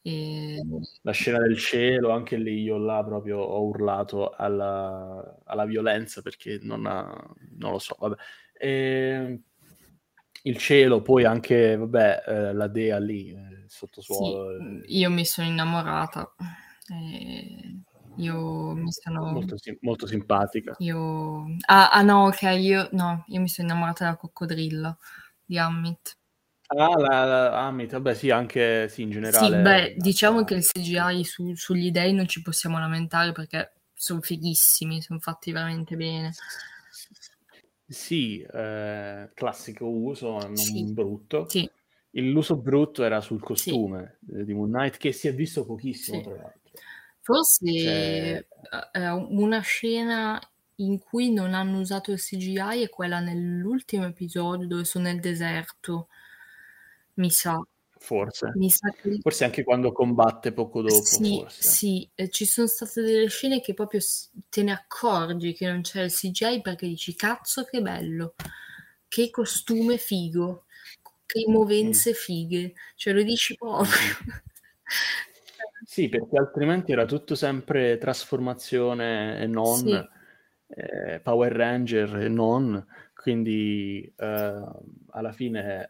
E... La scena del cielo, anche lì io là proprio ho urlato alla, alla violenza perché non, ha, non lo so, vabbè. E il cielo, poi anche, vabbè, eh, la dea lì, eh, sottosuolo. Sì, eh, io mi sono innamorata. E io mi sono... molto, sim- molto simpatica. Io... Ah, ah, no, ok, io... No, io mi sono innamorata della coccodrilla di Amit. Ah, la, la Amit, vabbè, sì, anche sì, in Sì, generale. beh, diciamo la- che il C G I su- sugli dei non ci possiamo lamentare perché sono fighissimi, sono fatti veramente bene. Sì, eh, classico uso, non Sì, brutto. sì, L'uso brutto era sul sì, costume eh, di Moon Knight, che si è visto pochissimo, sì. tra l'altro. Forse Cioè, eh, una scena in cui non hanno usato il C G I è quella nell'ultimo episodio dove sono nel deserto, mi sa. forse. Mi sa che... Forse anche quando combatte poco dopo, Sì, forse. sì, eh, ci sono state delle scene che proprio s- te ne accorgi che non c'è il C G I perché dici cazzo che bello, che costume figo, che movenze fighe, cioè lo dici proprio. Mhm. Sì, perché altrimenti era tutto sempre trasformazione e non, Sì, eh, Power Ranger e non, quindi eh, alla fine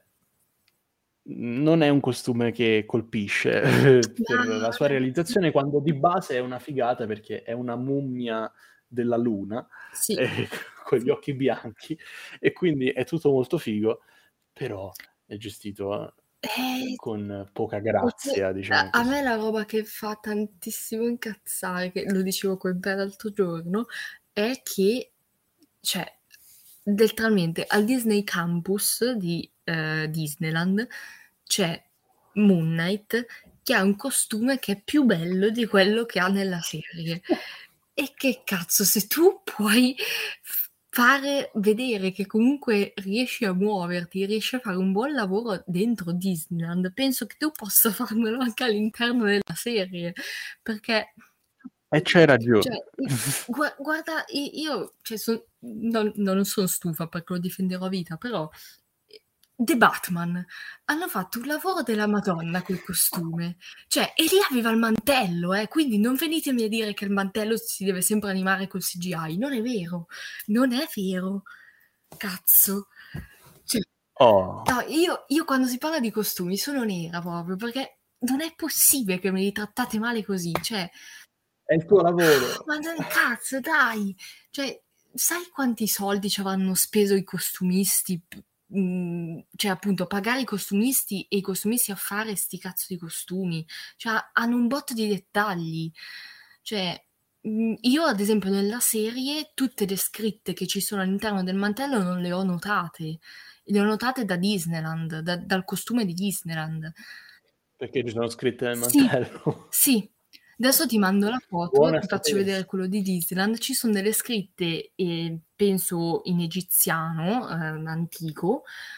non è un costume che colpisce per la sua ma realizzazione, quando di base è una figata perché è una mummia della luna sì, eh, con gli occhi bianchi e quindi è tutto molto figo, però è gestito eh, con poca perché grazia, a, diciamo a me così. la roba che fa tantissimo incazzare, che lo dicevo con te l'altro giorno, è che, cioè, letteralmente al Disney Campus di eh, Disneyland c'è Moon Knight che ha un costume che è più bello di quello che ha nella serie. E che cazzo, se tu puoi fare vedere che comunque riesci a muoverti, riesci a fare un buon lavoro dentro Disneyland, penso che tu possa farmelo anche all'interno della serie, perché E c'hai ragione. cioè, gu- guarda, i- io cioè, son- non, non sono stufa perché lo difenderò a vita, però The Batman hanno fatto un lavoro della Madonna col costume, cioè, e lì aveva il mantello, eh, quindi non venitemi a dire che il mantello si deve sempre animare col C G I, non è vero, non è vero, cazzo. Cioè, Oh, no, io, io quando si parla di costumi sono nera proprio, perché non è possibile che me li trattate male così, cioè... è il tuo lavoro. Ma dai, cazzo, dai! Cioè, sai quanti soldi ci avranno speso i costumisti? p- mm, cioè, appunto, pagare i costumisti e i costumisti a fare sti cazzo di costumi. Cioè, hanno un botto di dettagli. Cioè, mm, io, ad esempio, nella serie, tutte le scritte che ci sono all'interno del mantello non le ho notate. Le ho notate da Disneyland, da- dal costume di Disneyland. Perché ci sono scritte nel Sì, mantello. sì. Adesso ti mando la foto, Buona ti faccio vedere sapersi. quello di Disneyland. Ci sono delle scritte, eh, penso in egiziano, eh, antico,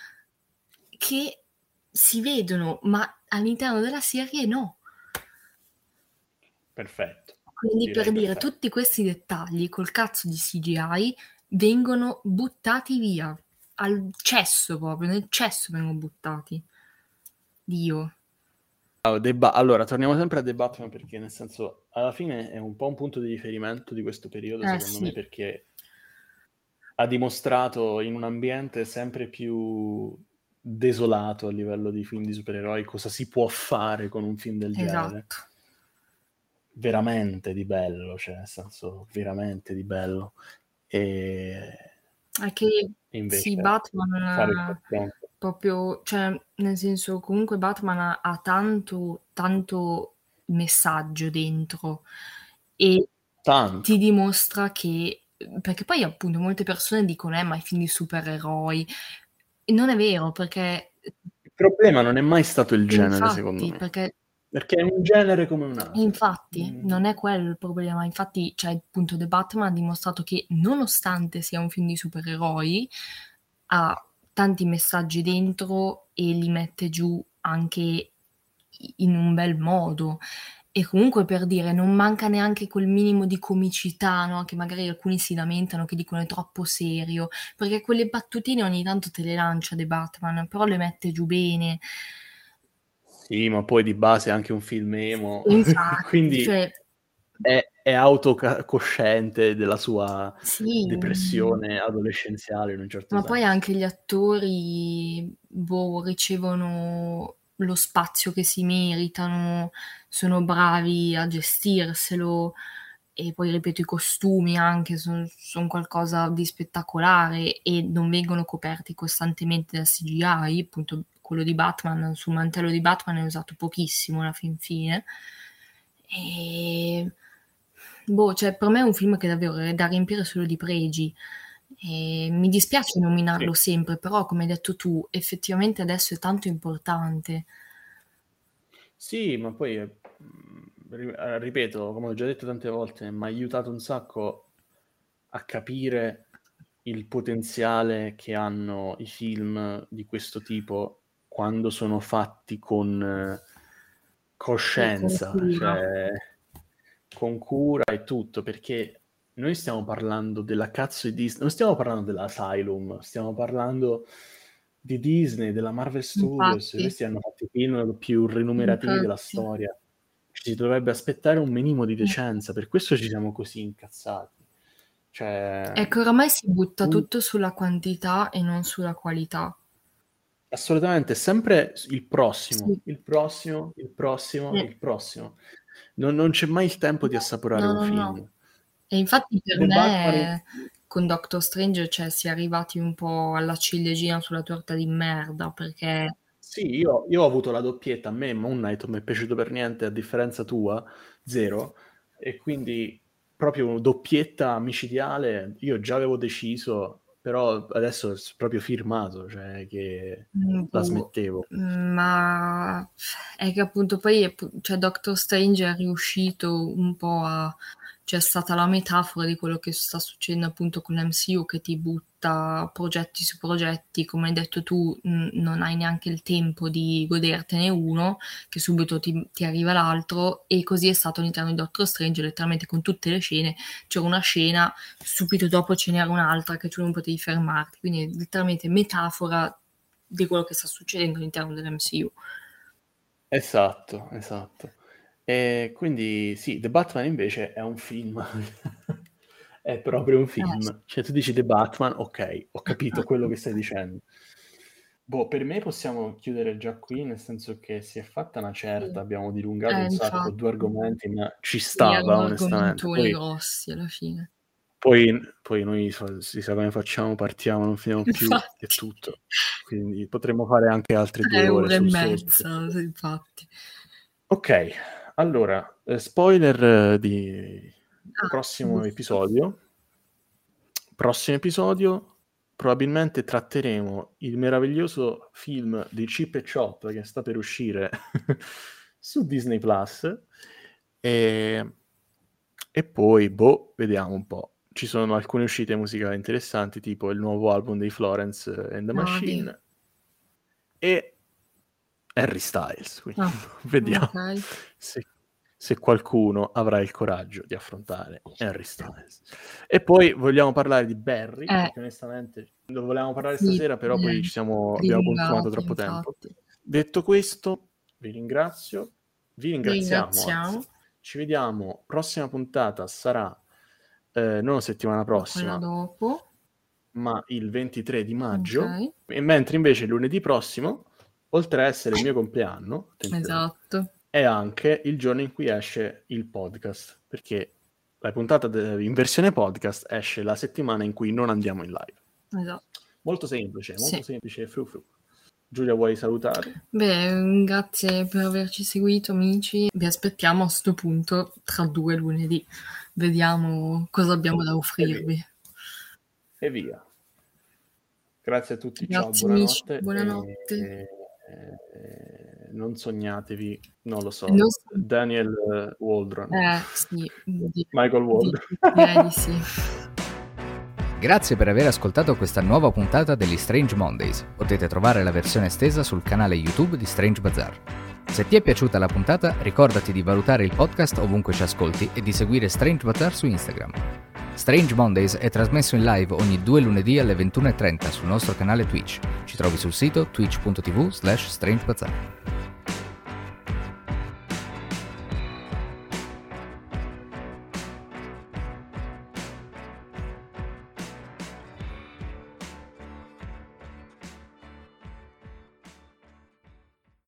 che si vedono, ma all'interno della serie no. Perfetto, Quindi per direi dire, perfetto. tutti questi dettagli col cazzo di C G I vengono buttati via. Al cesso proprio, nel cesso vengono buttati. Dio. Ah, The Ba- allora, torniamo sempre a The Batman perché nel senso, alla fine è un po' un punto di riferimento di questo periodo, Eh secondo me, sì, perché ha dimostrato in un ambiente sempre più desolato a livello di film di supereroi cosa si può fare con un film del genere. esatto. Veramente di bello, cioè, nel senso, veramente di bello. E È che sì, invece fare il Batman confronto. proprio, cioè, nel senso, comunque Batman ha, ha tanto, tanto messaggio dentro e ti Tanto. dimostra che, perché poi appunto molte persone dicono, eh, ma i film di supereroi, e non è vero, perché Il problema non è mai stato il genere, secondo infatti, me, perché perché è un genere come un altro. Infatti, Mm. non è quello il problema. Infatti, cioè, appunto, The Batman ha dimostrato che, nonostante sia un film di supereroi, ha tanti messaggi dentro e li mette giù anche in un bel modo. E comunque, per dire, non manca neanche quel minimo di comicità, no? Che magari alcuni si lamentano, che dicono è troppo serio, perché quelle battutine ogni tanto te le lancia The Batman, però le mette giù bene. Sì, ma poi di base è anche un film emo, Infatti, quindi cioè, è, è autocosciente della sua sì, depressione adolescenziale in un certo ma senso. poi anche gli attori boh, ricevono lo spazio che si meritano, sono bravi a gestirselo e poi ripeto i costumi anche sono son qualcosa di spettacolare e non vengono coperti costantemente da C G I, appunto quello di Batman, sul mantello di Batman è usato pochissimo alla fin fine e boh, cioè per me è un film che davvero è da riempire solo di pregi. E mi dispiace nominarlo Sì. sempre, però come hai detto tu, effettivamente adesso è tanto importante. Sì, ma poi, eh, ri- eh, ripeto, come ho già detto tante volte, mi ha aiutato un sacco a capire il potenziale che hanno i film di questo tipo quando sono fatti con eh, coscienza, Con cura. cioè con cura e tutto, perché noi stiamo parlando della cazzo di Disney, non stiamo parlando dell'Asylum, stiamo parlando di Disney, della Marvel Studios. Infatti. Questi hanno fatto i film più rinumerativi della Infatti. storia. Ci si dovrebbe aspettare un minimo di decenza, per questo ci siamo così incazzati. Cioè, Ecco, oramai si butta un- tutto sulla quantità e non sulla qualità. assolutamente, sempre il prossimo, Sì. il prossimo, il prossimo, Mm. il prossimo. Non, non c'è mai il tempo di assaporare No, un no, film. no. E infatti per The me Batman- con Doctor Strange cioè, si è arrivati un po' alla ciliegina sulla torta di merda, perché Sì, io, io ho avuto la doppietta, a me Moon Knight non mi è piaciuto per niente, a differenza tua, zero, e quindi proprio doppietta micidiale, io già avevo deciso, però adesso è proprio firmato, cioè che mm, la boh, smettevo. ma è che appunto poi è pu- cioè Doctor Strange è riuscito un po' a c'è stata la metafora di quello che sta succedendo appunto con l'M C U che ti butta progetti su progetti, come hai detto tu mh, non hai neanche il tempo di godertene uno, che subito ti, ti arriva l'altro e così è stato all'interno di Doctor Strange, letteralmente con tutte le scene, c'era una scena, subito dopo ce n'era un'altra che tu non potevi fermarti, quindi è letteralmente metafora di quello che sta succedendo all'interno dell'M C U. Esatto, esatto. E quindi sì, The Batman invece è un film, è proprio un film. Cioè tu dici The Batman, ok, ho capito quello che stai dicendo. Boh, per me possiamo chiudere già qui, nel senso che si è fatta una certa, Sì. abbiamo dilungato Eh, un sacco, infatti. due argomenti, ma ci Sì, stava erano onestamente. argomentoni Poi, grossi alla fine. poi, poi noi so- si sa come facciamo, partiamo, non finiamo più Infatti. e tutto. Quindi potremmo fare anche altre due Tre ore ore e sul mezza, solo. sì, infatti. Ok, allora, eh, spoiler eh, di Ah, prossimo giusto. episodio. Prossimo episodio probabilmente tratteremo il meraviglioso film di Chip e Chop che sta per uscire su Disney Plus e, e poi, boh, vediamo un po'. Ci sono alcune uscite musicali interessanti, tipo il nuovo album dei Florence and the Machine Bravi. e Harry Styles, quindi Ah, vediamo ok. se, se qualcuno avrà il coraggio di affrontare Harry Styles. E poi vogliamo parlare di Barry, Eh, perché onestamente lo volevamo parlare sì, stasera, però poi eh, ci siamo, abbiamo consumato dilungati, troppo tempo. infatti. Detto questo, vi ringrazio, vi Vi ringraziamo, ringraziamo. anzi. Ci vediamo, prossima puntata sarà eh, non settimana Quella prossima, dopo. ma il ventitré di maggio, Ok. e mentre invece lunedì prossimo, oltre a essere il mio compleanno, attenzione, Esatto. è anche il giorno in cui esce il podcast, perché la puntata de- in versione podcast esce la settimana in cui non andiamo in live. Esatto. Molto semplice, molto Sì. semplice, fru fru. Giulia, vuoi salutare? Beh, grazie per averci seguito, amici. Vi aspettiamo a sto punto tra due lunedì. Vediamo cosa abbiamo da offrirvi. E via. Grazie a tutti, Grazie, ciao, amici. buonanotte. Buonanotte. E, e, non sognatevi, non lo so, Non so- Daniel eh, Waldron, Eh, sì. di- Michael di- Waldron. Direi di sì. Grazie per aver ascoltato questa nuova puntata degli Strange Mondays. Potete trovare la versione estesa sul canale YouTube di Strange Bazaar. Se ti è piaciuta la puntata, ricordati di valutare il podcast ovunque ci ascolti e di seguire Strange Bazaar su Instagram. Strange Mondays è trasmesso in live ogni due lunedì alle ventuno e trenta sul nostro canale Twitch. Ci trovi sul sito twitch punto tv slash strangebazaar.